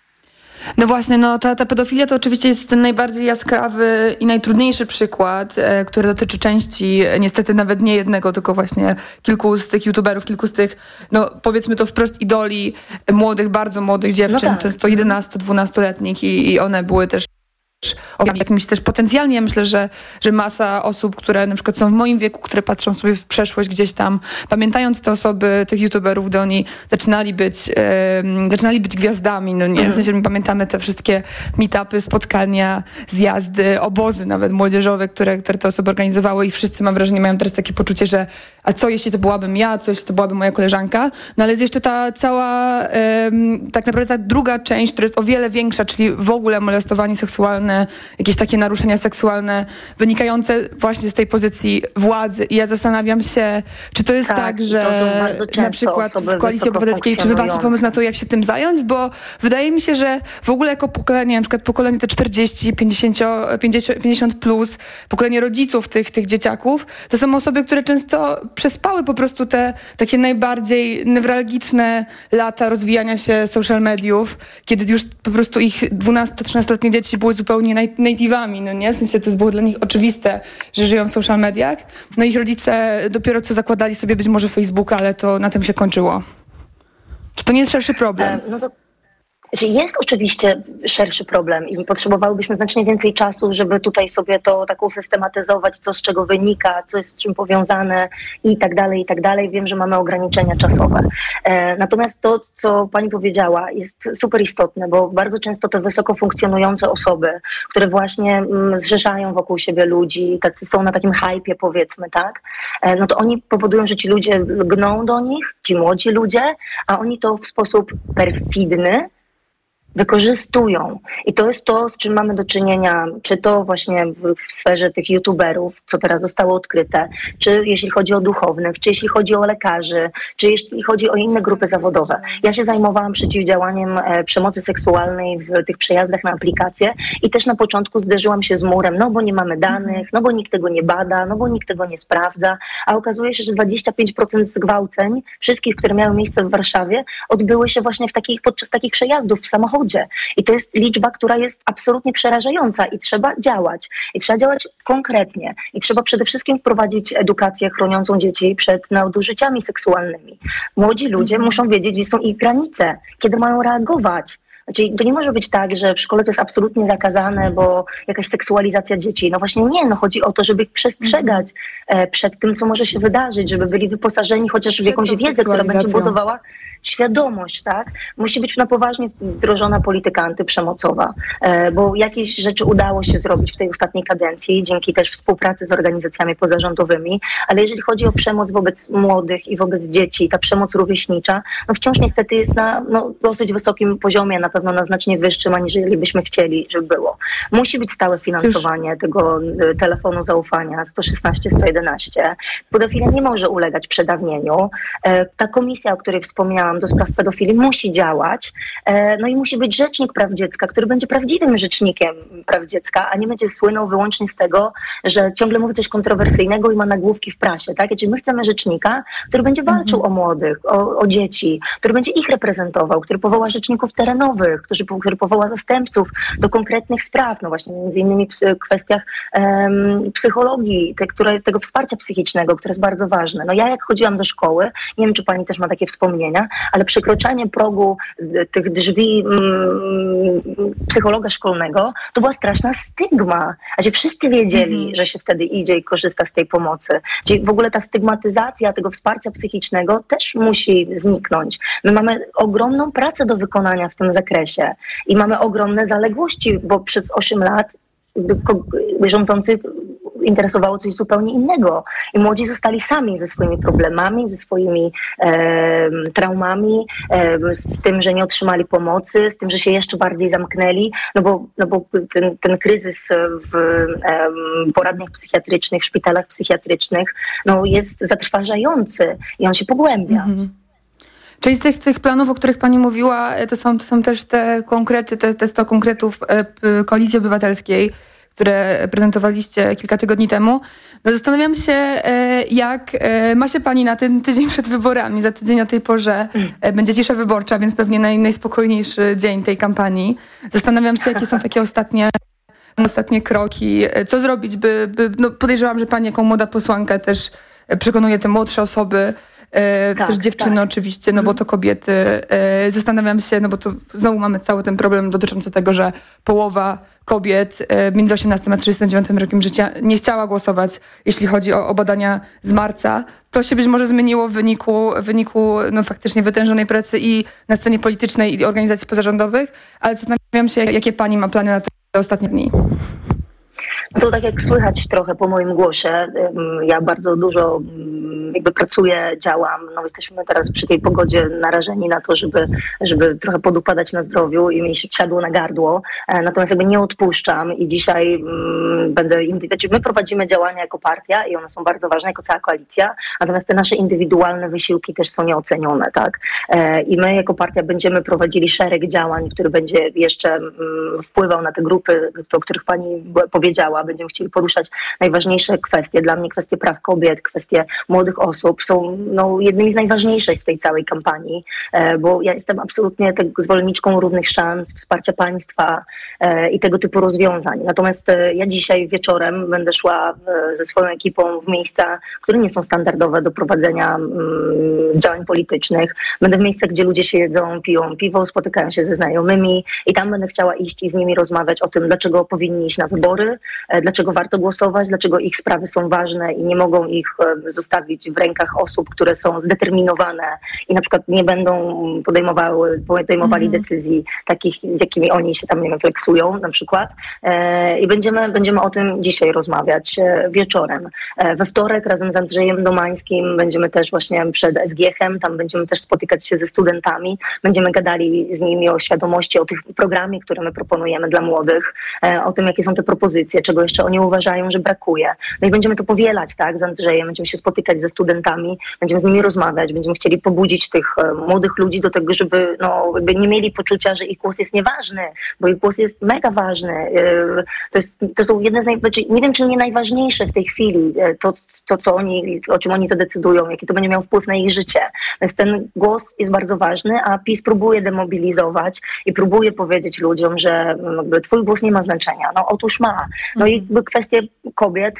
No właśnie, no ta, ta pedofilia to oczywiście jest ten najbardziej jaskrawy i najtrudniejszy przykład, e, który dotyczy części, niestety nawet nie jednego, tylko właśnie kilku z tych youtuberów, kilku z tych, no powiedzmy to wprost, idoli młodych, bardzo młodych dziewczyn, no tak. Często jedenasto-dwunastoletnich i, i one były też jakimś też potencjalnie, ja myślę, że, że masa osób, które na przykład są w moim wieku, które patrzą sobie w przeszłość gdzieś tam, pamiętając te osoby, tych youtuberów, gdy oni zaczynali być, e, zaczynali być gwiazdami, no nie, w sensie my pamiętamy te wszystkie meetupy, spotkania, zjazdy, obozy nawet młodzieżowe, które, które te osoby organizowały i wszyscy, mam wrażenie, mają teraz takie poczucie, że a co jeśli to byłabym ja, co jeśli to byłaby moja koleżanka, no ale jest jeszcze ta cała, e, tak naprawdę ta druga część, która jest o wiele większa, czyli w ogóle molestowanie seksualne, jakieś takie naruszenia seksualne wynikające właśnie z tej pozycji władzy. I ja zastanawiam się, czy to jest tak, tak że na przykład w Koalicji Obywatelskiej, czy wy macie pomysł na to, jak się tym zająć? Bo wydaje mi się, że w ogóle jako pokolenie, na przykład pokolenie te czterdzieści, pięćdziesiąt plus, pokolenie rodziców tych, tych dzieciaków, to są osoby, które często przespały po prostu te takie najbardziej newralgiczne lata rozwijania się social mediów, kiedy już po prostu ich dwunasto-trzynastoletnie dzieci były zupełnie naj, native'ami, no nie? W sensie to było dla nich oczywiste, że żyją w social mediach. No ich rodzice dopiero co zakładali sobie być może Facebooka, ale to na tym się kończyło. Czy to nie jest szerszy problem? No to jest oczywiście szerszy problem i potrzebowałybyśmy znacznie więcej czasu, żeby tutaj sobie to tak usystematyzować, co z czego wynika, co jest z czym powiązane i tak dalej, i tak dalej. Wiem, że mamy ograniczenia czasowe. E, natomiast to, co pani powiedziała, jest super istotne, bo bardzo często te wysoko funkcjonujące osoby, które właśnie mm, zrzeszają wokół siebie ludzi, tacy są na takim hypie, powiedzmy, tak, e, no to oni powodują, że ci ludzie lgną do nich, ci młodzi ludzie, a oni to w sposób perfidny wykorzystują. I to jest to, z czym mamy do czynienia, czy to właśnie w, w sferze tych youtuberów, co teraz zostało odkryte, czy jeśli chodzi o duchownych, czy jeśli chodzi o lekarzy, czy jeśli chodzi o inne grupy zawodowe. Ja się zajmowałam przeciwdziałaniem e, przemocy seksualnej w tych przejazdach na aplikacje i też na początku zderzyłam się z murem, no bo nie mamy danych, no bo nikt tego nie bada, no bo nikt tego nie sprawdza, a okazuje się, że dwadzieścia pięć procent zgwałceń, wszystkich, które miały miejsce w Warszawie, odbyły się właśnie w takich, podczas takich przejazdów w samochodzie. I to jest liczba, która jest absolutnie przerażająca i trzeba działać. I trzeba działać konkretnie. I trzeba przede wszystkim wprowadzić edukację chroniącą dzieci przed nadużyciami seksualnymi. Młodzi ludzie mm. muszą wiedzieć, gdzie są ich granice, kiedy mają reagować. Znaczy, to nie może być tak, że w szkole to jest absolutnie zakazane, bo jakaś seksualizacja dzieci. No właśnie nie, no chodzi o to, żeby ich przestrzegać mm. e, przed tym, co może się wydarzyć, żeby byli wyposażeni chociaż w jakąś wiedzę, która będzie budowała świadomość, tak? Musi być na poważnie wdrożona polityka antyprzemocowa, e, bo jakieś rzeczy udało się zrobić w tej ostatniej kadencji, dzięki też współpracy z organizacjami pozarządowymi, ale jeżeli chodzi o przemoc wobec młodych i wobec dzieci, ta przemoc rówieśnicza, no wciąż niestety jest na no, dosyć wysokim poziomie, na pewno na znacznie wyższym, aniżeli byśmy chcieli, żeby było. Musi być stałe finansowanie Już. tego y, telefonu zaufania sto szesnaście sto jedenaście. Pedofilia nie może ulegać przedawnieniu. E, ta komisja, o której wspomniałam, do spraw pedofilii musi działać, no i musi być rzecznik praw dziecka, który będzie prawdziwym rzecznikiem praw dziecka, a nie będzie słynął wyłącznie z tego, że ciągle mówi coś kontrowersyjnego i ma nagłówki w prasie, tak? Czyli my chcemy rzecznika, który będzie walczył mm. o młodych, o, o dzieci, który będzie ich reprezentował, który powoła rzeczników terenowych, który, który powoła zastępców do konkretnych spraw, no właśnie między innymi w kwestiach um, psychologii, te, która jest tego wsparcia psychicznego, które jest bardzo ważne. No ja jak chodziłam do szkoły, nie wiem, czy pani też ma takie wspomnienia, ale przekroczenie progu tych drzwi mm, psychologa szkolnego to była straszna stygma. Znaczy wszyscy wiedzieli, mm. że się wtedy idzie i korzysta z tej pomocy. Czyli w ogóle ta stygmatyzacja tego wsparcia psychicznego też musi zniknąć. My mamy ogromną pracę do wykonania w tym zakresie i mamy ogromne zaległości, bo przez osiem lat rządzących interesowało coś zupełnie innego. I młodzi zostali sami ze swoimi problemami, ze swoimi e, traumami, e, z tym, że nie otrzymali pomocy, z tym, że się jeszcze bardziej zamknęli, no bo, no bo ten, ten kryzys w e, poradniach psychiatrycznych, w szpitalach psychiatrycznych no jest zatrważający i on się pogłębia. Mhm. Czyli z tych, tych planów, o których pani mówiła, to są, to są też te konkrety, te, te sto konkretów Koalicji Obywatelskiej, które prezentowaliście kilka tygodni temu. No zastanawiam się, jak ma się pani na ten tydzień przed wyborami. Za tydzień o tej porze będzie cisza wyborcza, więc pewnie naj, najspokojniejszy dzień tej kampanii. Zastanawiam się, jakie są takie ostatnie, ostatnie kroki. Co zrobić, by... by no podejrzewam, że pani jako młoda posłanka też przekonuje te młodsze osoby, E, tak, też dziewczyny tak. oczywiście, no bo to kobiety. E, zastanawiam się, no bo to znowu mamy cały ten problem dotyczący tego, że połowa kobiet e, między osiemnastym a trzydziestym dziewiątym rokiem życia nie chciała głosować, jeśli chodzi o, o badania z marca. To się być może zmieniło w wyniku, w wyniku no, faktycznie wytężonej pracy i na scenie politycznej i organizacji pozarządowych, ale zastanawiam się, jakie pani ma plany na te ostatnie dni. To tak jak słychać trochę po moim głosie, ja bardzo dużo jakby pracuję, działam, no jesteśmy teraz przy tej pogodzie narażeni na to, żeby, żeby trochę podupadać na zdrowiu i mi się siadło na gardło, natomiast jakby nie odpuszczam i dzisiaj mm, będę, znaczy my prowadzimy działania jako partia i one są bardzo ważne, jako cała koalicja, natomiast te nasze indywidualne wysiłki też są nieocenione, tak? I my jako partia będziemy prowadzili szereg działań, który będzie jeszcze mm, wpływał na te grupy, o których pani powiedziała. Będziemy chcieli poruszać najważniejsze kwestie. Dla mnie kwestie praw kobiet, kwestie młodych tych osób są no, jednymi z najważniejszych w tej całej kampanii, bo ja jestem absolutnie tak zwolenniczką równych szans, wsparcia państwa i tego typu rozwiązań. Natomiast ja dzisiaj wieczorem będę szła ze swoją ekipą w miejsca, które nie są standardowe do prowadzenia działań politycznych. Będę w miejscach, gdzie ludzie siedzą, piją piwo, spotykają się ze znajomymi i tam będę chciała iść i z nimi rozmawiać o tym, dlaczego powinni iść na wybory, dlaczego warto głosować, dlaczego ich sprawy są ważne i nie mogą ich zostawić w rękach osób, które są zdeterminowane i na przykład nie będą podejmowały, podejmowali mm. decyzji takich, z jakimi oni się tam, nie wiem, flexują na przykład. I będziemy, będziemy o tym dzisiaj rozmawiać wieczorem. We wtorek razem z Andrzejem Domańskim będziemy też właśnie przed S G H-em, tam będziemy też spotykać się ze studentami, będziemy gadali z nimi o świadomości, o tych programie, które my proponujemy dla młodych, o tym, jakie są te propozycje, czego jeszcze oni uważają, że brakuje. No i będziemy to powielać, tak, z Andrzejem, będziemy się spotykać ze studentami, będziemy z nimi rozmawiać, będziemy chcieli pobudzić tych młodych ludzi do tego, żeby no, jakby nie mieli poczucia, że ich głos jest nieważny, bo ich głos jest mega ważny. To, jest, to są jedne z naj... nie wiem, czy nie najważniejsze w tej chwili, to, to co oni, o czym oni zadecydują, jaki to będzie miał wpływ na ich życie. Więc ten głos jest bardzo ważny, a PiS próbuje demobilizować i próbuje powiedzieć ludziom, że jakby twój głos nie ma znaczenia. No otóż ma. No i jakby kwestie kobiet,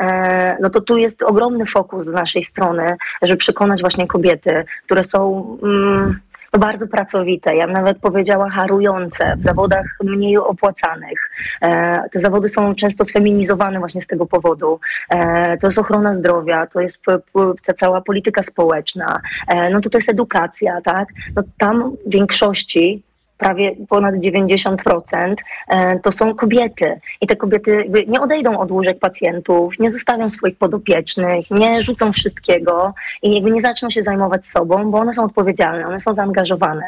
e, no to tu jest ogromny fokus z naszej strony, żeby przekonać właśnie kobiety, które są mm, no bardzo pracowite, ja bym nawet powiedziała harujące, w zawodach mniej opłacanych. E, te zawody są często sfeminizowane właśnie z tego powodu. E, to jest ochrona zdrowia, to jest p- p- ta cała polityka społeczna, e, no to to jest edukacja, tak? No tam w większości prawie ponad dziewięćdziesiąt procent to są kobiety. I te kobiety jakby nie odejdą od łóżek pacjentów, nie zostawią swoich podopiecznych, nie rzucą wszystkiego i jakby nie zaczną się zajmować sobą, bo one są odpowiedzialne, one są zaangażowane.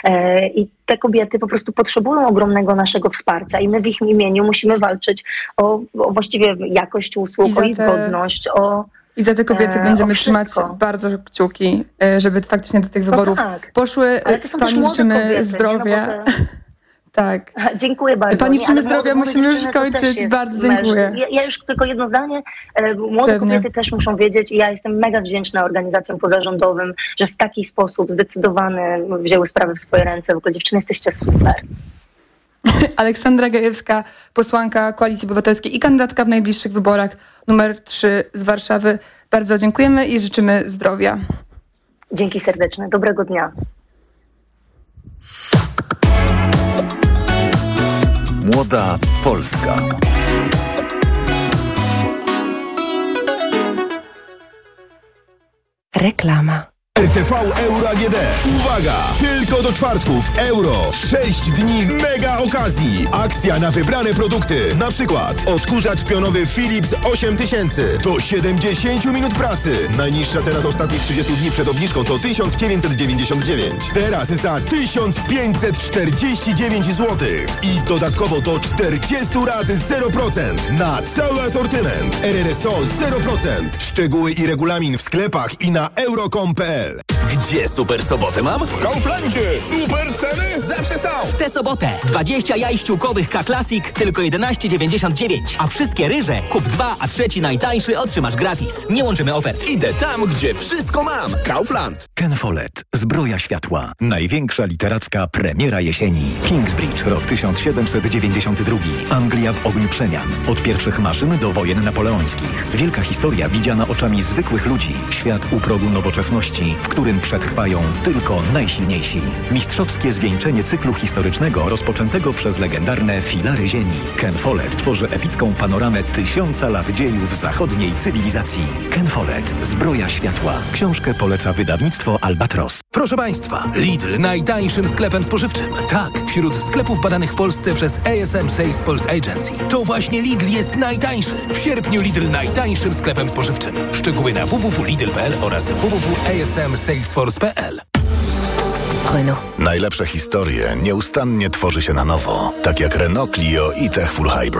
I te kobiety po prostu potrzebują ogromnego naszego wsparcia i my w ich imieniu musimy walczyć o, o właściwie jakość usług, o ich te... godność, o... I za te kobiety e, będziemy trzymać bardzo kciuki, żeby faktycznie do tych wyborów no tak. poszły. Ale to są Pani też życzymy kobiety, zdrowia. Nie? No te... Tak. Dziękuję bardzo. Pani życzymy nie, zdrowia, musimy już kończyć. Bardzo dziękuję. Ja, ja już tylko jedno zdanie. Młode Pewnie. kobiety też muszą wiedzieć i ja jestem mega wdzięczna organizacjom pozarządowym, że w taki sposób zdecydowany wzięły sprawy w swoje ręce. W ogóle dziewczyny, jesteście super. Aleksandra Gajewska, posłanka Koalicji Obywatelskiej i kandydatka w najbliższych wyborach numer trzy z Warszawy. Bardzo dziękujemy i życzymy zdrowia. Dzięki serdeczne. Dobrego dnia. Młoda Polska. Reklama. R T V Euro A G D. Uwaga! Tylko do czwartków euro. sześć dni mega okazji. Akcja na wybrane produkty. Na przykład odkurzacz pionowy Philips osiem tysięcy. To siedemdziesiąt minut pracy. Najniższa cena z ostatnich trzydziestu dni przed obniżką to tysiąc dziewięćset dziewięćdziesiąt dziewięć. Teraz za tysiąc pięćset czterdzieści dziewięć złotych. I dodatkowo do czterdzieści rat zero procent na cały asortyment. R R S O zero procent. Szczegóły i regulamin w sklepach i na euro kropka com kropka p l. Gdzie super sobotę mam? W Kauflandzie! Super ceny zawsze są! W tę sobotę dwadzieścia jaj ściółkowych K-Classic tylko jedenaście dziewięćdziesiąt dziewięć, a wszystkie ryże kup dwa, a trzeci najtańszy otrzymasz gratis. Nie łączymy ofert. Idę tam, gdzie wszystko mam. Kaufland. Ken Follett. Zbroja światła. Największa literacka premiera jesieni. Kingsbridge, rok tysiąc siedemset dziewięćdziesiąty drugi. Anglia w ogniu przemian. Od pierwszych maszyn do wojen napoleońskich. Wielka historia widziana oczami zwykłych ludzi. Świat u progu nowoczesności, w którym przetrwają tylko najsilniejsi. Mistrzowskie zwieńczenie cyklu historycznego rozpoczętego przez legendarne filary ziemi. Ken Follett tworzy epicką panoramę tysiąca lat dziejów zachodniej cywilizacji. Ken Follett. Zbroja światła. Książkę poleca wydawnictwo Albatros. Proszę Państwa, Lidl najtańszym sklepem spożywczym. Tak, wśród sklepów badanych w Polsce przez A S M Salesforce Agency. To właśnie Lidl jest najtańszy. W sierpniu Lidl najtańszym sklepem spożywczym. Szczegóły na w w w kropka lidl kropka p l oraz w w w kropka a s m salesforce kropka p l. Renault. Najlepsze historie nieustannie tworzy się na nowo. Tak jak Renault Clio i Tech Full Hybrid.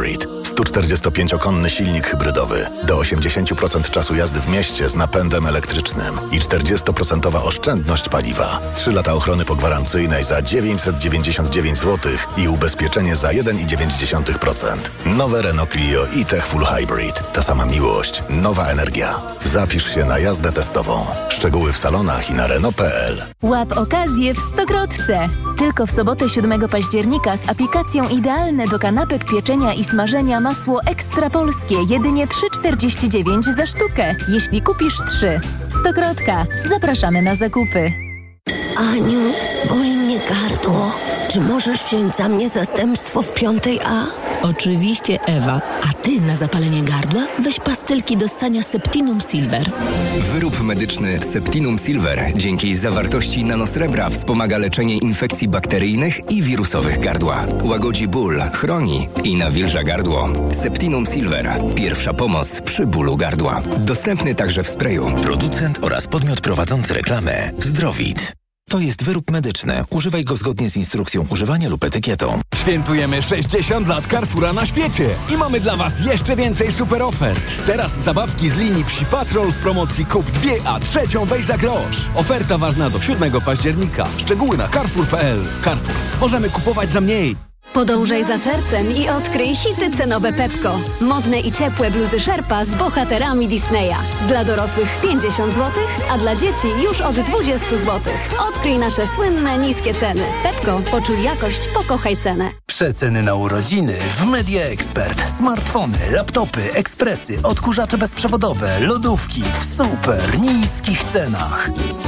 sto czterdziestopięciokonny silnik hybrydowy, do osiemdziesiąt procent czasu jazdy w mieście z napędem elektrycznym i czterdzieści procent oszczędność paliwa. trzy lata ochrony pogwarancyjnej za dziewięćset dziewięćdziesiąt dziewięć złotych i ubezpieczenie za jeden przecinek dziewięć procent. Nowe Renault Clio e-Tech Full Hybrid. Ta sama miłość, nowa energia. Zapisz się na jazdę testową. Szczegóły w salonach i na Renault kropka p l. Łap okazję w Stokrotce. Tylko w sobotę siódmego października z aplikacją idealne do kanapek, pieczenia i smażenia masło ekstra polskie. Jedynie trzy czterdzieści dziewięć za sztukę. Jeśli kupisz trzy. Stokrotka. Zapraszamy na zakupy. Aniu, boli mnie gardło. Czy możesz wziąć za mnie zastępstwo w piątej A? Oczywiście, Ewa. A ty na zapalenie gardła weź pastylki do ssania Septinum Silver. Wyrób medyczny Septinum Silver dzięki zawartości nanosrebra wspomaga leczenie infekcji bakteryjnych i wirusowych gardła. Łagodzi ból, chroni i nawilża gardło. Septinum Silver. Pierwsza pomoc przy bólu gardła. Dostępny także w sprayu. Producent oraz podmiot prowadzący reklamę Zdrowid. To jest wyrób medyczny. Używaj go zgodnie z instrukcją używania lub etykietą. Świętujemy sześćdziesiąt lat Carrefoura na świecie i mamy dla Was jeszcze więcej super ofert. Teraz zabawki z linii Psi Patrol w promocji kup dwie, a trzecią weź za grosz. Oferta ważna do siódmego października. Szczegóły na carrefour kropka p l. Carrefour. Możemy kupować za mniej. Podążaj za sercem i odkryj hity cenowe Pepko. Modne i ciepłe bluzy Sherpa z bohaterami Disneya. Dla dorosłych pięćdziesiąt złotych, a dla dzieci już od dwadzieścia złotych. Odkryj nasze słynne niskie ceny. Pepko, poczuj jakość, pokochaj cenę. Przeceny na urodziny w Media Expert. Smartfony, laptopy, ekspresy, odkurzacze bezprzewodowe, lodówki w super niskich cenach.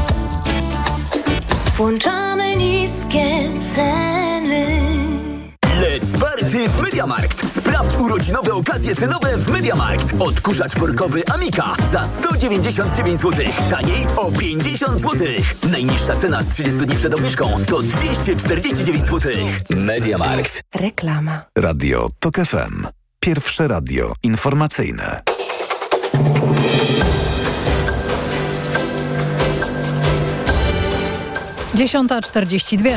Włączamy niskie ceny. Let's party w MediaMarkt. Sprawdź urodzinowe okazje cenowe w MediaMarkt. Odkurzacz workowy Amika za sto dziewięćdziesiąt dziewięć złotych. Taniej o pięćdziesiąt złotych. Najniższa cena z trzydziestu dni przed obniżką to dwieście czterdzieści dziewięć złotych. MediaMarkt. Reklama. Radio Tok F M. Pierwsze radio informacyjne. dziesiąta czterdzieści dwa.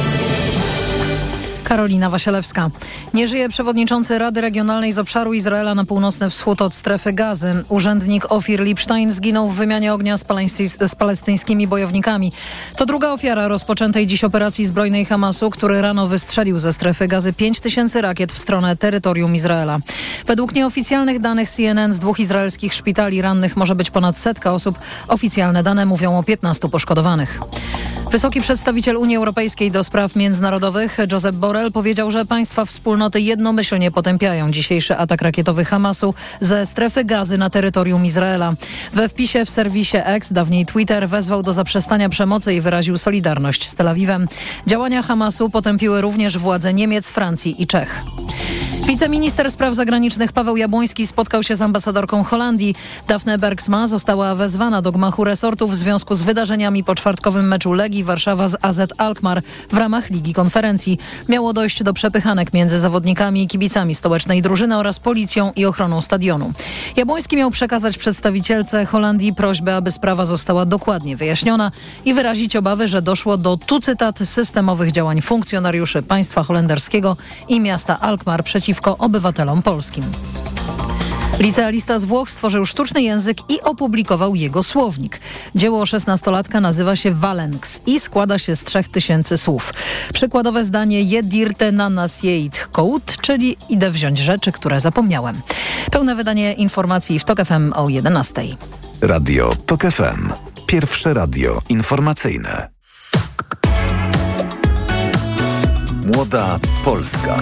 Karolina Wasielewska. Nie żyje przewodniczący Rady Regionalnej z obszaru Izraela na północny wschód od strefy Gazy. Urzędnik Ofir Lipsztajn zginął w wymianie ognia z, palestyńs- z palestyńskimi bojownikami. To druga ofiara rozpoczętej dziś operacji zbrojnej Hamasu, który rano wystrzelił ze strefy Gazy pięć tysięcy rakiet w stronę terytorium Izraela. Według nieoficjalnych danych C N N z dwóch izraelskich szpitali rannych może być ponad setka osób. Oficjalne dane mówią o piętnastu poszkodowanych. Wysoki przedstawiciel Unii Europejskiej do spraw międzynarodowych Josep Borrell powiedział, że państwa wspólnoty jednomyślnie potępiają dzisiejszy atak rakietowy Hamasu ze strefy Gazy na terytorium Izraela. We wpisie w serwisie X, dawniej Twitter, wezwał do zaprzestania przemocy i wyraził solidarność z Tel Awiwem. Działania Hamasu potępiły również władze Niemiec, Francji i Czech. Wiceminister spraw zagranicznych Paweł Jabłoński spotkał się z ambasadorką Holandii. Daphne Bergsma została wezwana do gmachu resortu w związku z wydarzeniami po czwartkowym meczu Legii Warszawa z A Z Alkmaar w ramach Ligi Konferencji. Miało dojść do przepychanek między zawodnikami i kibicami stołecznej drużyny oraz policją i ochroną stadionu. Jabłoński miał przekazać przedstawicielce Holandii prośbę, aby sprawa została dokładnie wyjaśniona i wyrazić obawy, że doszło do, tu cytat, systemowych działań funkcjonariuszy państwa holenderskiego i miasta Alkmaar przeciwko obywatelom polskim. Licealista z Włoch stworzył sztuczny język i opublikował jego słownik. Dzieło szesnastolatka nazywa się Valenx i składa się z trzech tysięcy słów. Przykładowe zdanie je dirte nanas jeit kout, czyli idę wziąć rzeczy, które zapomniałem. Pełne wydanie informacji w Tok F M o jedenastej. Radio Tok F M. Pierwsze radio informacyjne. Młoda Polska.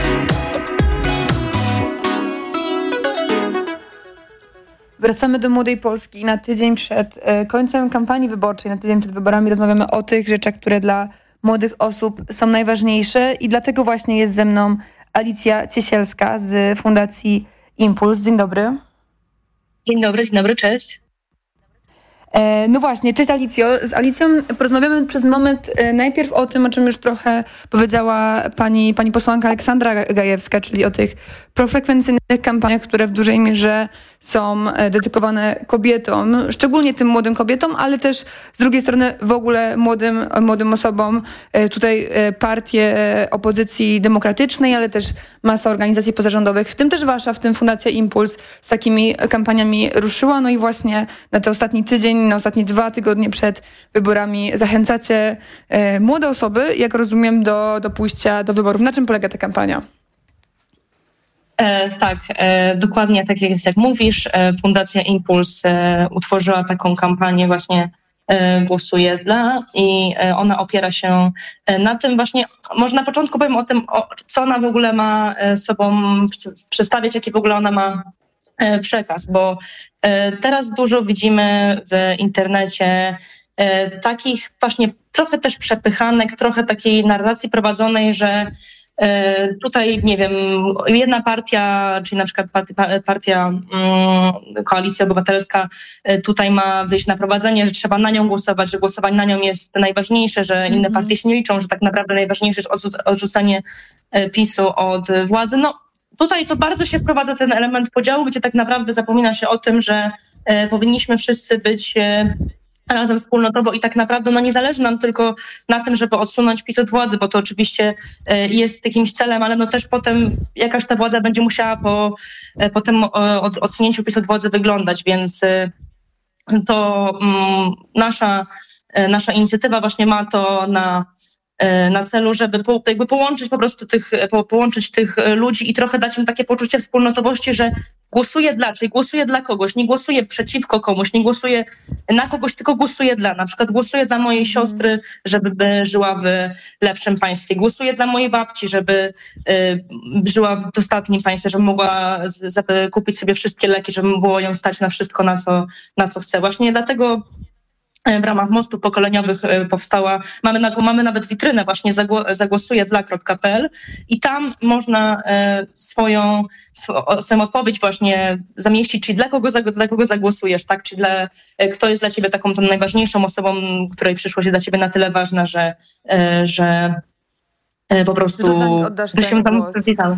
Wracamy do Młodej Polski. Na tydzień przed e, końcem kampanii wyborczej, na tydzień przed wyborami rozmawiamy o tych rzeczach, które dla młodych osób są najważniejsze i dlatego właśnie jest ze mną Alicja Ciesielska z Fundacji Impuls. Dzień dobry. Dzień dobry, dzień dobry, cześć. No właśnie, cześć Alicjo. Z Alicją porozmawiamy przez moment najpierw o tym, o czym już trochę powiedziała pani, pani posłanka Aleksandra Gajewska, czyli o tych profrekwencyjnych kampaniach, które w dużej mierze są dedykowane kobietom, szczególnie tym młodym kobietom, ale też z drugiej strony w ogóle młodym, młodym osobom. Tutaj partie opozycji demokratycznej, ale też masa organizacji pozarządowych, w tym też wasza, w tym Fundacja Impuls, z takimi kampaniami ruszyła. No i właśnie na ten ostatni tydzień, na ostatnie dwa tygodnie przed wyborami zachęcacie e, młode osoby, jak rozumiem, do, do pójścia do wyborów. Na czym polega ta kampania? E, tak, e, dokładnie tak jest, jak mówisz. E, Fundacja Impuls e, utworzyła taką kampanię właśnie e, Głosuję dla i e, ona opiera się e, na tym właśnie, może na początku powiem o tym, o, co ona w ogóle ma e, sobą przedstawiać, jaki w ogóle ona ma e, przekaz, bo e, teraz dużo widzimy w internecie e, takich właśnie trochę też przepychanek, trochę takiej narracji prowadzonej, że tutaj, nie wiem, jedna partia, czyli na przykład partia um, Koalicja Obywatelska tutaj ma wyjść na prowadzenie, że trzeba na nią głosować, że głosowanie na nią jest najważniejsze, że inne partie się nie liczą, że tak naprawdę najważniejsze jest odrzucenie PiSu od władzy. No tutaj to bardzo się wprowadza ten element podziału, gdzie tak naprawdę zapomina się o tym, że e, powinniśmy wszyscy być e, razem wspólnotowo i tak naprawdę no nie zależy nam tylko na tym, żeby odsunąć PiS od władzy, bo to oczywiście jest jakimś celem, ale no też potem jakaś ta władza będzie musiała po, po tym odsunięciu PiS od władzy wyglądać, więc to um, nasza, nasza inicjatywa właśnie ma to na na celu, żeby po, jakby połączyć po prostu tych, po, połączyć tych ludzi i trochę dać im takie poczucie wspólnotowości, że głosuję dla, czyli głosuję dla kogoś, nie głosuję przeciwko komuś, nie głosuję na kogoś, tylko głosuję dla. Na przykład głosuję dla mojej siostry, żeby żyła w lepszym państwie. Głosuję dla mojej babci, żeby y, żyła w dostatnim państwie, żeby mogła z, z, kupić sobie wszystkie leki, żeby było ją stać na wszystko, na co, na co chce. Właśnie dlatego w ramach mostów pokoleniowych powstała, mamy, na, mamy nawet witrynę właśnie zagłosuję dla kropka pe el i tam można swoją, swoją odpowiedź właśnie zamieścić, czyli dla kogo, dla kogo zagłosujesz, tak? Czyli dla, kto jest dla ciebie taką tą najważniejszą osobą, której przyszłość jest dla ciebie na tyle ważna, że, że po prostu że się tam wpisamy.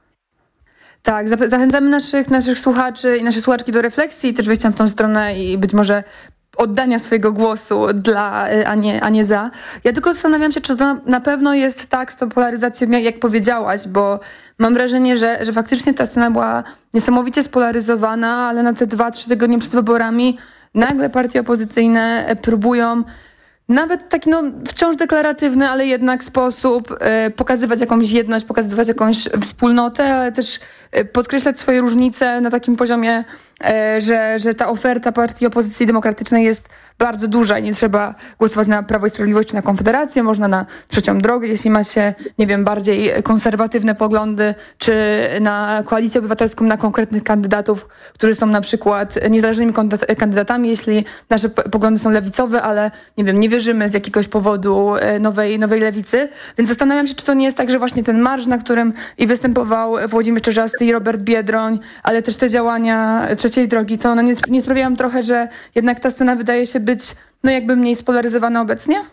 Tak, zachęcamy naszych, naszych słuchaczy i nasze słuchaczki do refleksji i też wejścia w tą stronę i być może oddania swojego głosu dla, a nie, a nie za. Ja tylko zastanawiam się, czy to na, na pewno jest tak z tą polaryzacją, jak powiedziałaś, bo mam wrażenie, że, że faktycznie ta scena była niesamowicie spolaryzowana, ale na te dwa, trzy tygodnie przed wyborami nagle partie opozycyjne próbują nawet taki no, wciąż deklaratywny, ale jednak sposób e, pokazywać jakąś jedność, pokazywać jakąś wspólnotę, ale też e, podkreślać swoje różnice na takim poziomie, e, że, że ta oferta partii opozycji demokratycznej jest bardzo duża i nie trzeba głosować na Prawo i Sprawiedliwość czy na Konfederację, można na Trzecią Drogę, jeśli ma się, nie wiem, bardziej konserwatywne poglądy, czy na Koalicję Obywatelską, na konkretnych kandydatów, którzy są na przykład niezależnymi kandydatami, jeśli nasze poglądy są lewicowe, ale nie wiem, nie wierzymy z jakiegoś powodu nowej, nowej lewicy. Więc zastanawiam się, czy to nie jest tak, że właśnie ten marsz, na którym i występował Włodzimierz Czarzasty i Robert Biedroń, ale też te działania Trzeciej Drogi, to one nie, nie sprawiają trochę, że jednak ta scena wydaje się być no jakby mniej spolaryzowana obecnie?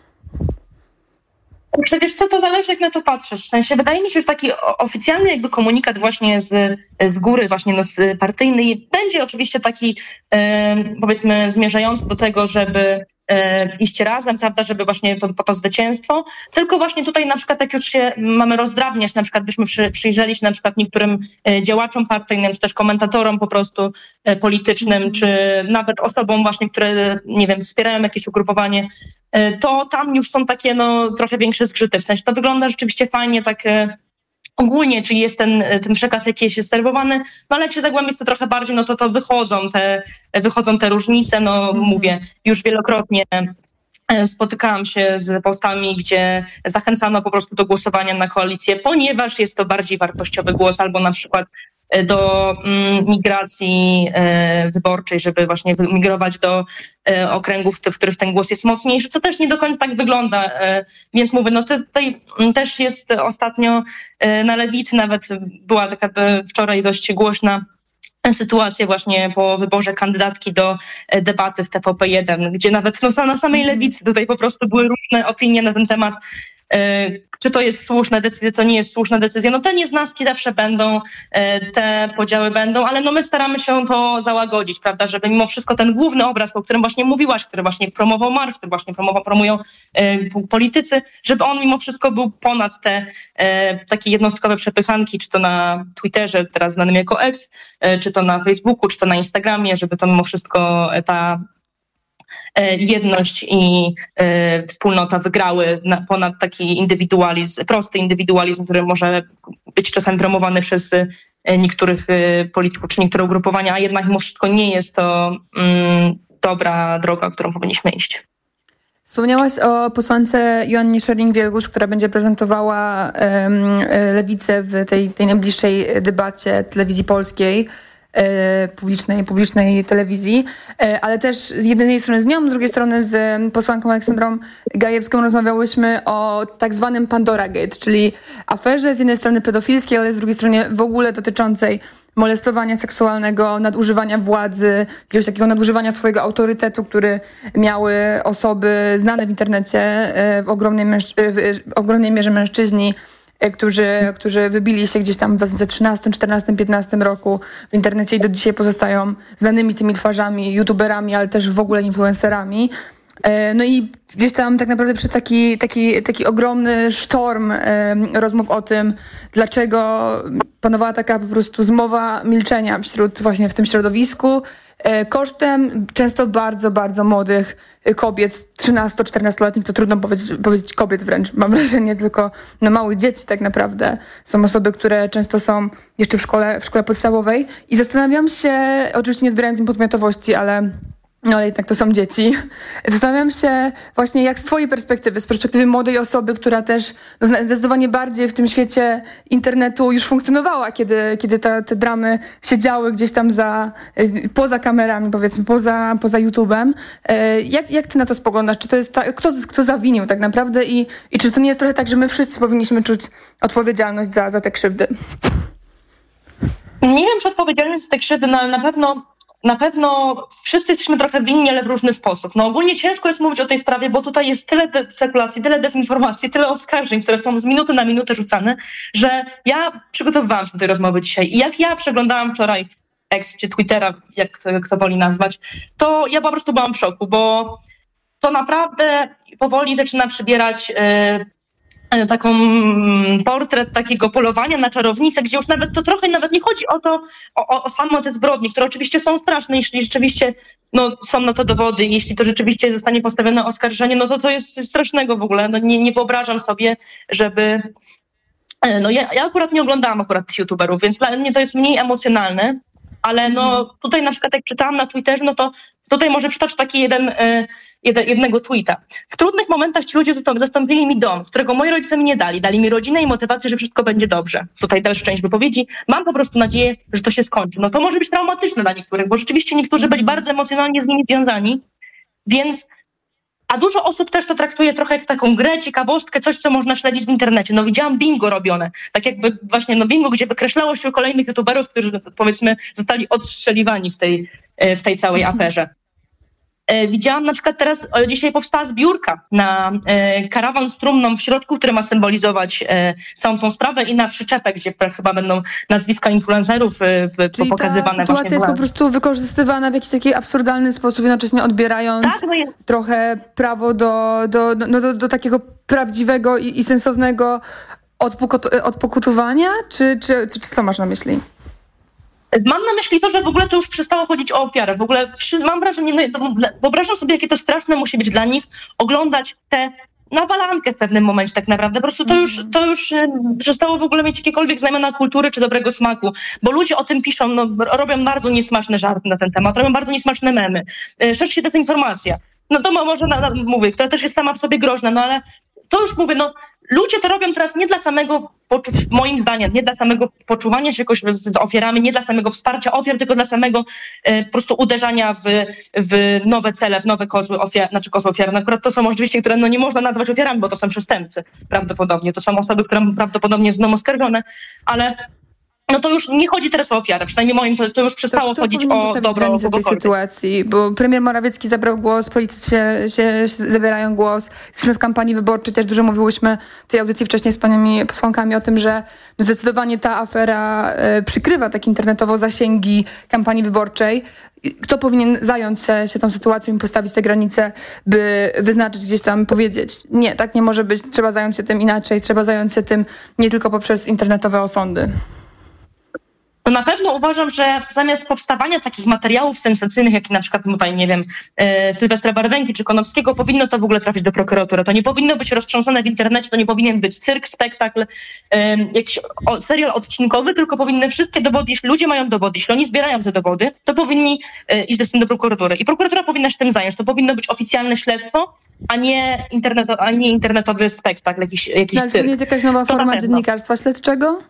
Wiesz co, to zależy jak na to patrzeć. W sensie wydaje mi się, że taki oficjalny jakby komunikat właśnie z, z góry, właśnie no z partyjny będzie oczywiście taki e, powiedzmy zmierzający do tego, żeby e, iść razem, prawda, żeby właśnie to, po to zwycięstwo. Tylko właśnie tutaj na przykład jak już się mamy rozdrabniać, na przykład byśmy przy, przyjrzeli się na przykład niektórym e, działaczom partyjnym, czy też komentatorom po prostu e, politycznym, czy nawet osobom właśnie, które nie wiem, wspierają jakieś ugrupowanie, e, to tam już są takie no trochę większe zgrzyty. W sensie to wygląda rzeczywiście fajnie tak e, ogólnie, czyli jest ten, ten przekaz jakiś jest serwowany, no ale jak się zagłębić to trochę bardziej, no to to wychodzą te, wychodzą te różnice, no mm. mówię, już wielokrotnie spotykałam się z postami, gdzie zachęcano po prostu do głosowania na koalicję, ponieważ jest to bardziej wartościowy głos, albo na przykład do mm, migracji e, wyborczej, żeby właśnie migrować do e, okręgów, w których ten głos jest mocniejszy, co też nie do końca tak wygląda. E, więc mówię, no tutaj też jest ostatnio e, na lewicy, nawet była taka e, wczoraj dość głośna sytuację właśnie po wyborze kandydatki do debaty w T V P jeden, gdzie nawet no, na samej lewicy tutaj po prostu były różne opinie na ten temat, czy to jest słuszna decyzja, to nie jest słuszna decyzja. No te nieznaski zawsze będą, te podziały będą, ale no my staramy się to załagodzić, prawda, żeby mimo wszystko ten główny obraz, o którym właśnie mówiłaś, który właśnie promował marsz, który właśnie promował, promują politycy, żeby on mimo wszystko był ponad te takie jednostkowe przepychanki, czy to na Twitterze, teraz znanym jako X, czy to na Facebooku, czy to na Instagramie, żeby to mimo wszystko ta jedność i e, wspólnota wygrały na, ponad taki indywidualizm, prosty indywidualizm, który może być czasem promowany przez e, niektórych e, polityków czy niektóre ugrupowania, a jednak mimo wszystko nie jest to mm, dobra droga, którą powinniśmy iść. Wspomniałaś o posłance Joannie Scheuring-Wielgus, która będzie prezentowała um, lewicę w tej, tej najbliższej debacie telewizji polskiej. Publicznej, publicznej telewizji, ale też z jednej strony z nią, z drugiej strony z posłanką Aleksandrą Gajewską rozmawiałyśmy o tak zwanym Pandora Gate, czyli aferze z jednej strony pedofilskiej, ale z drugiej strony w ogóle dotyczącej molestowania seksualnego, nadużywania władzy, jakiegoś takiego nadużywania swojego autorytetu, który miały osoby znane w internecie, w ogromnej, mężczy- w ogromnej mierze mężczyźni, Którzy, którzy wybili się gdzieś tam w dwa tysiące trzynastym, czternastym, piętnastym roku w internecie i do dzisiaj pozostają znanymi tymi twarzami, youtuberami, ale też w ogóle influencerami. No i gdzieś tam tak naprawdę przy taki, taki, taki ogromny sztorm rozmów o tym, dlaczego panowała taka po prostu zmowa milczenia wśród właśnie w tym środowisku, kosztem często bardzo, bardzo młodych kobiet, trzynasto-czternastoletnich, to trudno powiedzieć, powiedzieć kobiet wręcz, mam wrażenie, tylko no małych dzieci tak naprawdę. Są osoby, które często są jeszcze w szkole, w szkole podstawowej i zastanawiam się, oczywiście nie odbierając im podmiotowości, ale no ale jednak to są dzieci. Zastanawiam się właśnie jak z twojej perspektywy, z perspektywy młodej osoby, która też no, zdecydowanie bardziej w tym świecie internetu już funkcjonowała, kiedy, kiedy te, te dramy się działy gdzieś tam za, poza kamerami, powiedzmy, poza, poza YouTube'em. Jak, jak ty na to spoglądasz? Czy to jest ta, kto, kto zawinił tak naprawdę i, i czy to nie jest trochę tak, że my wszyscy powinniśmy czuć odpowiedzialność za, za te krzywdy? Nie wiem, czy odpowiedzialność za te krzywdy, no ale na pewno Na pewno wszyscy jesteśmy trochę winni, ale w różny sposób. No ogólnie ciężko jest mówić o tej sprawie, bo tutaj jest tyle de- spekulacji, tyle dezinformacji, tyle oskarżeń, które są z minuty na minutę rzucane, że ja przygotowywałam się do tej rozmowy dzisiaj i jak ja przeglądałam wczoraj X czy Twittera, jak kto, jak kto woli nazwać, to ja po prostu byłam w szoku, bo to naprawdę powoli zaczyna przybierać Yy, taką portret takiego polowania na czarownicę, gdzie już nawet to trochę nawet nie chodzi o to, o, o same te zbrodnie, które oczywiście są straszne, jeśli rzeczywiście no, są na to dowody, jeśli to rzeczywiście zostanie postawione oskarżenie, no to to jest coś strasznego w ogóle. No, nie, nie wyobrażam sobie, żeby... No ja, ja akurat nie oglądałam akurat tych youtuberów, więc dla mnie to jest mniej emocjonalne, ale no tutaj na przykład jak czytałam na Twitterze, no to tutaj może przytoczę taki jeden, jeden, jednego tweeta. W trudnych momentach ci ludzie zastąpili mi dom, którego moi rodzice mi nie dali. Dali mi rodzinę i motywację, że wszystko będzie dobrze. Tutaj dalsza część wypowiedzi. Mam po prostu nadzieję, że to się skończy. No to może być traumatyczne dla niektórych, bo rzeczywiście niektórzy byli bardzo emocjonalnie z nimi związani, więc a dużo osób też to traktuje trochę jak taką grę, ciekawostkę, coś, co można śledzić w internecie. No widziałam bingo robione, tak jakby właśnie no bingo, gdzie wykreślało się kolejnych youtuberów, którzy powiedzmy zostali odstrzeliwani w tej, w tej całej aferze. Widziałam na przykład teraz, dzisiaj powstała zbiórka na karawan z trumną w środku, który ma symbolizować całą tą sprawę i na przyczepę, gdzie chyba będą nazwiska influencerów Czyli pokazywane. Ta sytuacja jest po prostu wykorzystywana w jakiś taki absurdalny sposób, jednocześnie odbierając tak, no jest... trochę prawo do, do, no, do, do takiego prawdziwego i, i sensownego odpokut- odpokutowania? Czy, czy, czy, czy co masz na myśli? Mam na myśli to, że w ogóle to już przestało chodzić o ofiarę. W ogóle mam wrażenie, no, wyobrażam sobie, jakie to straszne musi być dla nich oglądać tę nawalankę w pewnym momencie tak naprawdę. Po prostu to już, to już przestało w ogóle mieć jakiekolwiek znamiona kultury czy dobrego smaku, bo ludzie o tym piszą, no, robią bardzo niesmaczne żarty na ten temat, robią bardzo niesmaczne memy. Szerzy się dezinformacja. No to może, na, na, mówię, która też jest sama w sobie groźna, no ale to już mówię, no ludzie to robią teraz nie dla samego, poczu- moim zdaniem, nie dla samego poczuwania się jakoś z, z ofiarami, nie dla samego wsparcia ofiar, tylko dla samego e, po prostu uderzania w, w nowe cele, w nowe kozły ofiar, znaczy kozły ofiarne. Akurat to są oczywiście, które no nie można nazwać ofiarami, bo to są przestępcy prawdopodobnie. To są osoby, które prawdopodobnie zostaną oskarżone, ale no to już nie chodzi teraz o ofiarę, przynajmniej moim to, to już przestało to, chodzić to o dobro tej sytuacji, bo premier Morawiecki zabrał głos, politycy się, się, się zabierają głos. Jesteśmy w kampanii wyborczej, też dużo mówiłyśmy w tej audycji wcześniej z paniami posłankami o tym, że no zdecydowanie ta afera e, przykrywa tak internetowo zasięgi kampanii wyborczej. Kto powinien zająć się, się tą sytuacją i postawić te granice, by wyznaczyć gdzieś tam, powiedzieć nie, tak nie może być, trzeba zająć się tym inaczej, trzeba zająć się tym nie tylko poprzez internetowe osądy. To na pewno uważam, że zamiast powstawania takich materiałów sensacyjnych, jak na przykład tutaj, nie wiem, e, Sylwestra Wardęgi czy Konopskiego, powinno to w ogóle trafić do prokuratury. To nie powinno być roztrząsane w internecie, to nie powinien być cyrk, spektakl, e, jakiś o, serial odcinkowy, tylko powinny wszystkie dowody, jeśli ludzie mają dowody, jeśli oni zbierają te dowody, to powinni e, iść z tym do prokuratury. I prokuratura powinna się tym zająć. To powinno być oficjalne śledztwo, a nie, interneto, a nie internetowy spektakl, jakiś, jakiś no, cyrk. To nie jakaś nowa to forma dziennikarstwa śledczego?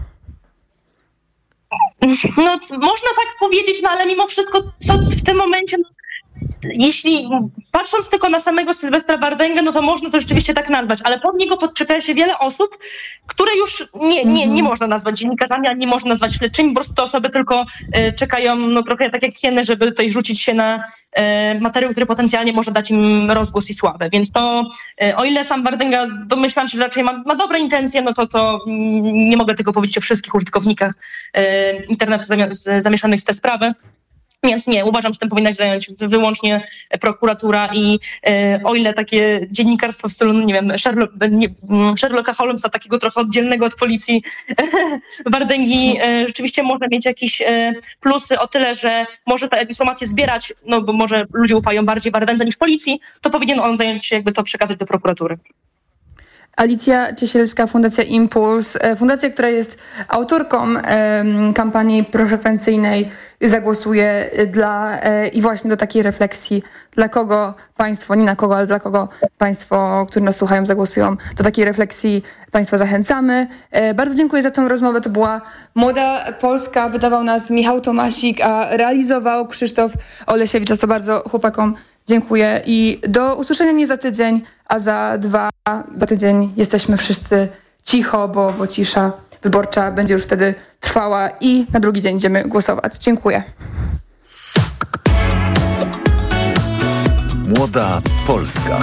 No, można tak powiedzieć, no ale mimo wszystko, co w tym momencie, no, jeśli patrząc tylko na samego Sylwestra Wardęgę, no to można to rzeczywiście tak nazwać, ale pod niego podczepia się wiele osób, które już nie, nie, nie można nazwać dziennikarzami, ani nie można nazwać śledczymi, po prostu te osoby tylko e, czekają, no trochę tak jak hieny, żeby tutaj rzucić się na e, materiał, który potencjalnie może dać im rozgłos i sławę. Więc to, e, o ile sam Wardęga domyślam się, że raczej ma, ma dobre intencje, no to, to nie mogę tego powiedzieć o wszystkich użytkownikach e, internetu zami- zamieszanych w tę sprawę. Więc nie, uważam, że tym powinna się zająć wyłącznie prokuratura i e, o ile takie dziennikarstwo w stylu, no nie wiem, Sherlock, nie, Sherlocka Holmesa, takiego trochę oddzielnego od policji Wardęgi, e, rzeczywiście może mieć jakieś e, plusy o tyle, że może te informacje zbierać, no bo może ludzie ufają bardziej Wardędze niż policji, to powinien on zająć się, jakby to przekazać do prokuratury. Alicja Ciesielska, Fundacja Impuls. Fundacja, która jest autorką e, kampanii profrekwencyjnej Zagłosuje dla e, i właśnie do takiej refleksji, dla kogo państwo, nie na kogo, ale dla kogo państwo, którzy nas słuchają, zagłosują. Do takiej refleksji państwa zachęcamy. E, bardzo dziękuję za tę rozmowę. To była Młoda Polska. Wydawał nas Michał Tomasik, a realizował Krzysztof Olesiewicz. Za to bardzo chłopakom dziękuję i do usłyszenia nie za tydzień, a za dwa, za tydzień jesteśmy wszyscy cicho, bo, bo cisza wyborcza będzie już wtedy trwała i na drugi dzień idziemy głosować. Dziękuję. Młoda Polska.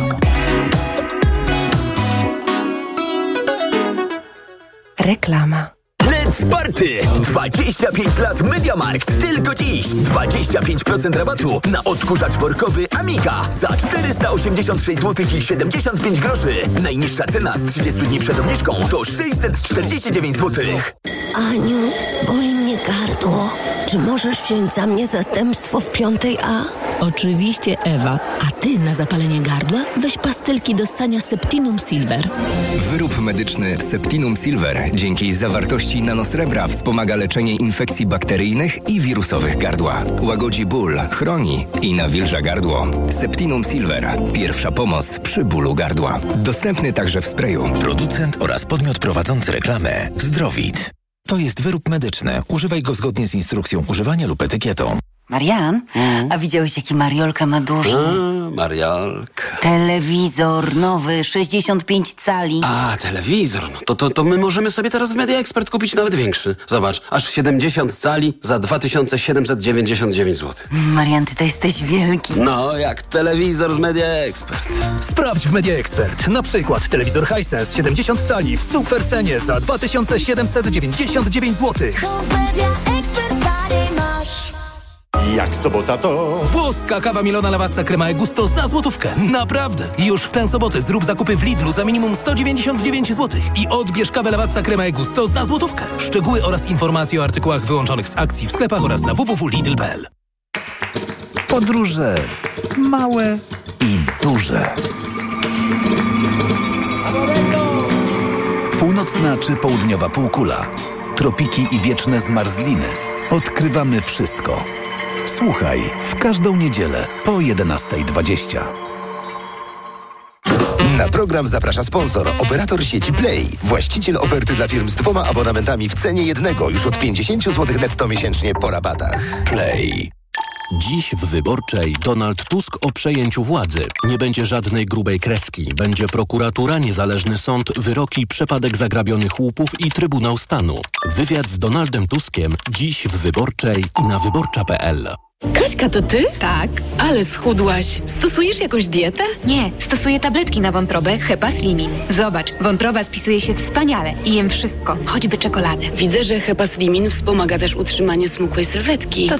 Reklama. Let's Party! dwadzieścia pięć lat MediaMarkt. Tylko dziś dwadzieścia pięć procent rabatu na odkurzacz workowy Amiga za czterysta osiemdziesiąt sześć złotych i siedemdziesiąt pięć groszy. Najniższa cena z trzydziestu dni przed obniżką to sześćset czterdzieści dziewięć złotych. Aniu, boli mnie gardło. Czy możesz wziąć za mnie zastępstwo w piątej A? Oczywiście, Ewa. A ty na zapalenie gardła weź pastylki do ssania Septinum Silver. Wyrób medyczny Septinum Silver dzięki zawartości nanosrebra wspomaga leczenie infekcji bakteryjnych i wirusowych gardła. Łagodzi ból, chroni i nawilża gardło. Septinum Silver. Pierwsza pomoc przy bólu gardła. Dostępny także w sprayu. Producent oraz podmiot prowadzący reklamę Zdrowit. To jest wyrób medyczny. Używaj go zgodnie z instrukcją używania lub etykietą. Marian, mm. a widziałeś, jaki Mariolka ma duży? A, Mariolka. Telewizor nowy, sześćdziesiąt pięć cali. A, telewizor. No to, to, to my możemy sobie teraz w Media Expert kupić nawet większy. Zobacz, aż siedemdziesiąt cali za dwa tysiące siedemset dziewięćdziesiąt dziewięć złotych. Marian, ty to jesteś wielki. No, jak telewizor z Media Expert. Sprawdź w Media Expert. Na przykład telewizor Hisense siedemdziesiąt cali w super cenie za dwa tysiące siedemset dziewięćdziesiąt dziewięć złotych. Jak sobota to... Włoska kawa Milona Lavazza Crema Gusto za złotówkę. Naprawdę. Już w tę sobotę zrób zakupy w Lidlu za minimum sto dziewięćdziesiąt dziewięć złotych i odbierz kawę Lavazza Crema Gusto za złotówkę. Szczegóły oraz informacje o artykułach wyłączonych z akcji w sklepach oraz na w w w kropka lidl kropka p l. Podróże małe i duże. Północna czy południowa półkula. Tropiki i wieczne zmarzliny. Odkrywamy wszystko. Słuchaj w każdą niedzielę po jedenasta dwadzieścia. Na program zaprasza sponsor, operator sieci Play. Właściciel oferty dla firm z dwoma abonamentami w cenie jednego już od pięćdziesiąt złotych netto miesięcznie po rabatach. Play. Dziś w Wyborczej Donald Tusk o przejęciu władzy. Nie będzie żadnej grubej kreski. Będzie prokuratura, niezależny sąd, wyroki, przepadek zagrabionych łupów i Trybunał Stanu. Wywiad z Donaldem Tuskiem dziś w Wyborczej i na wyborcza kropka p l. Kaśka, to ty? Tak. Ale schudłaś. Stosujesz jakąś dietę? Nie, stosuję tabletki na wątrobę Hepaslimin. Zobacz, wątroba spisuje się wspaniale i jem wszystko, choćby czekoladę. Widzę, że Hepaslimin wspomaga też utrzymanie smukłej sylwetki. To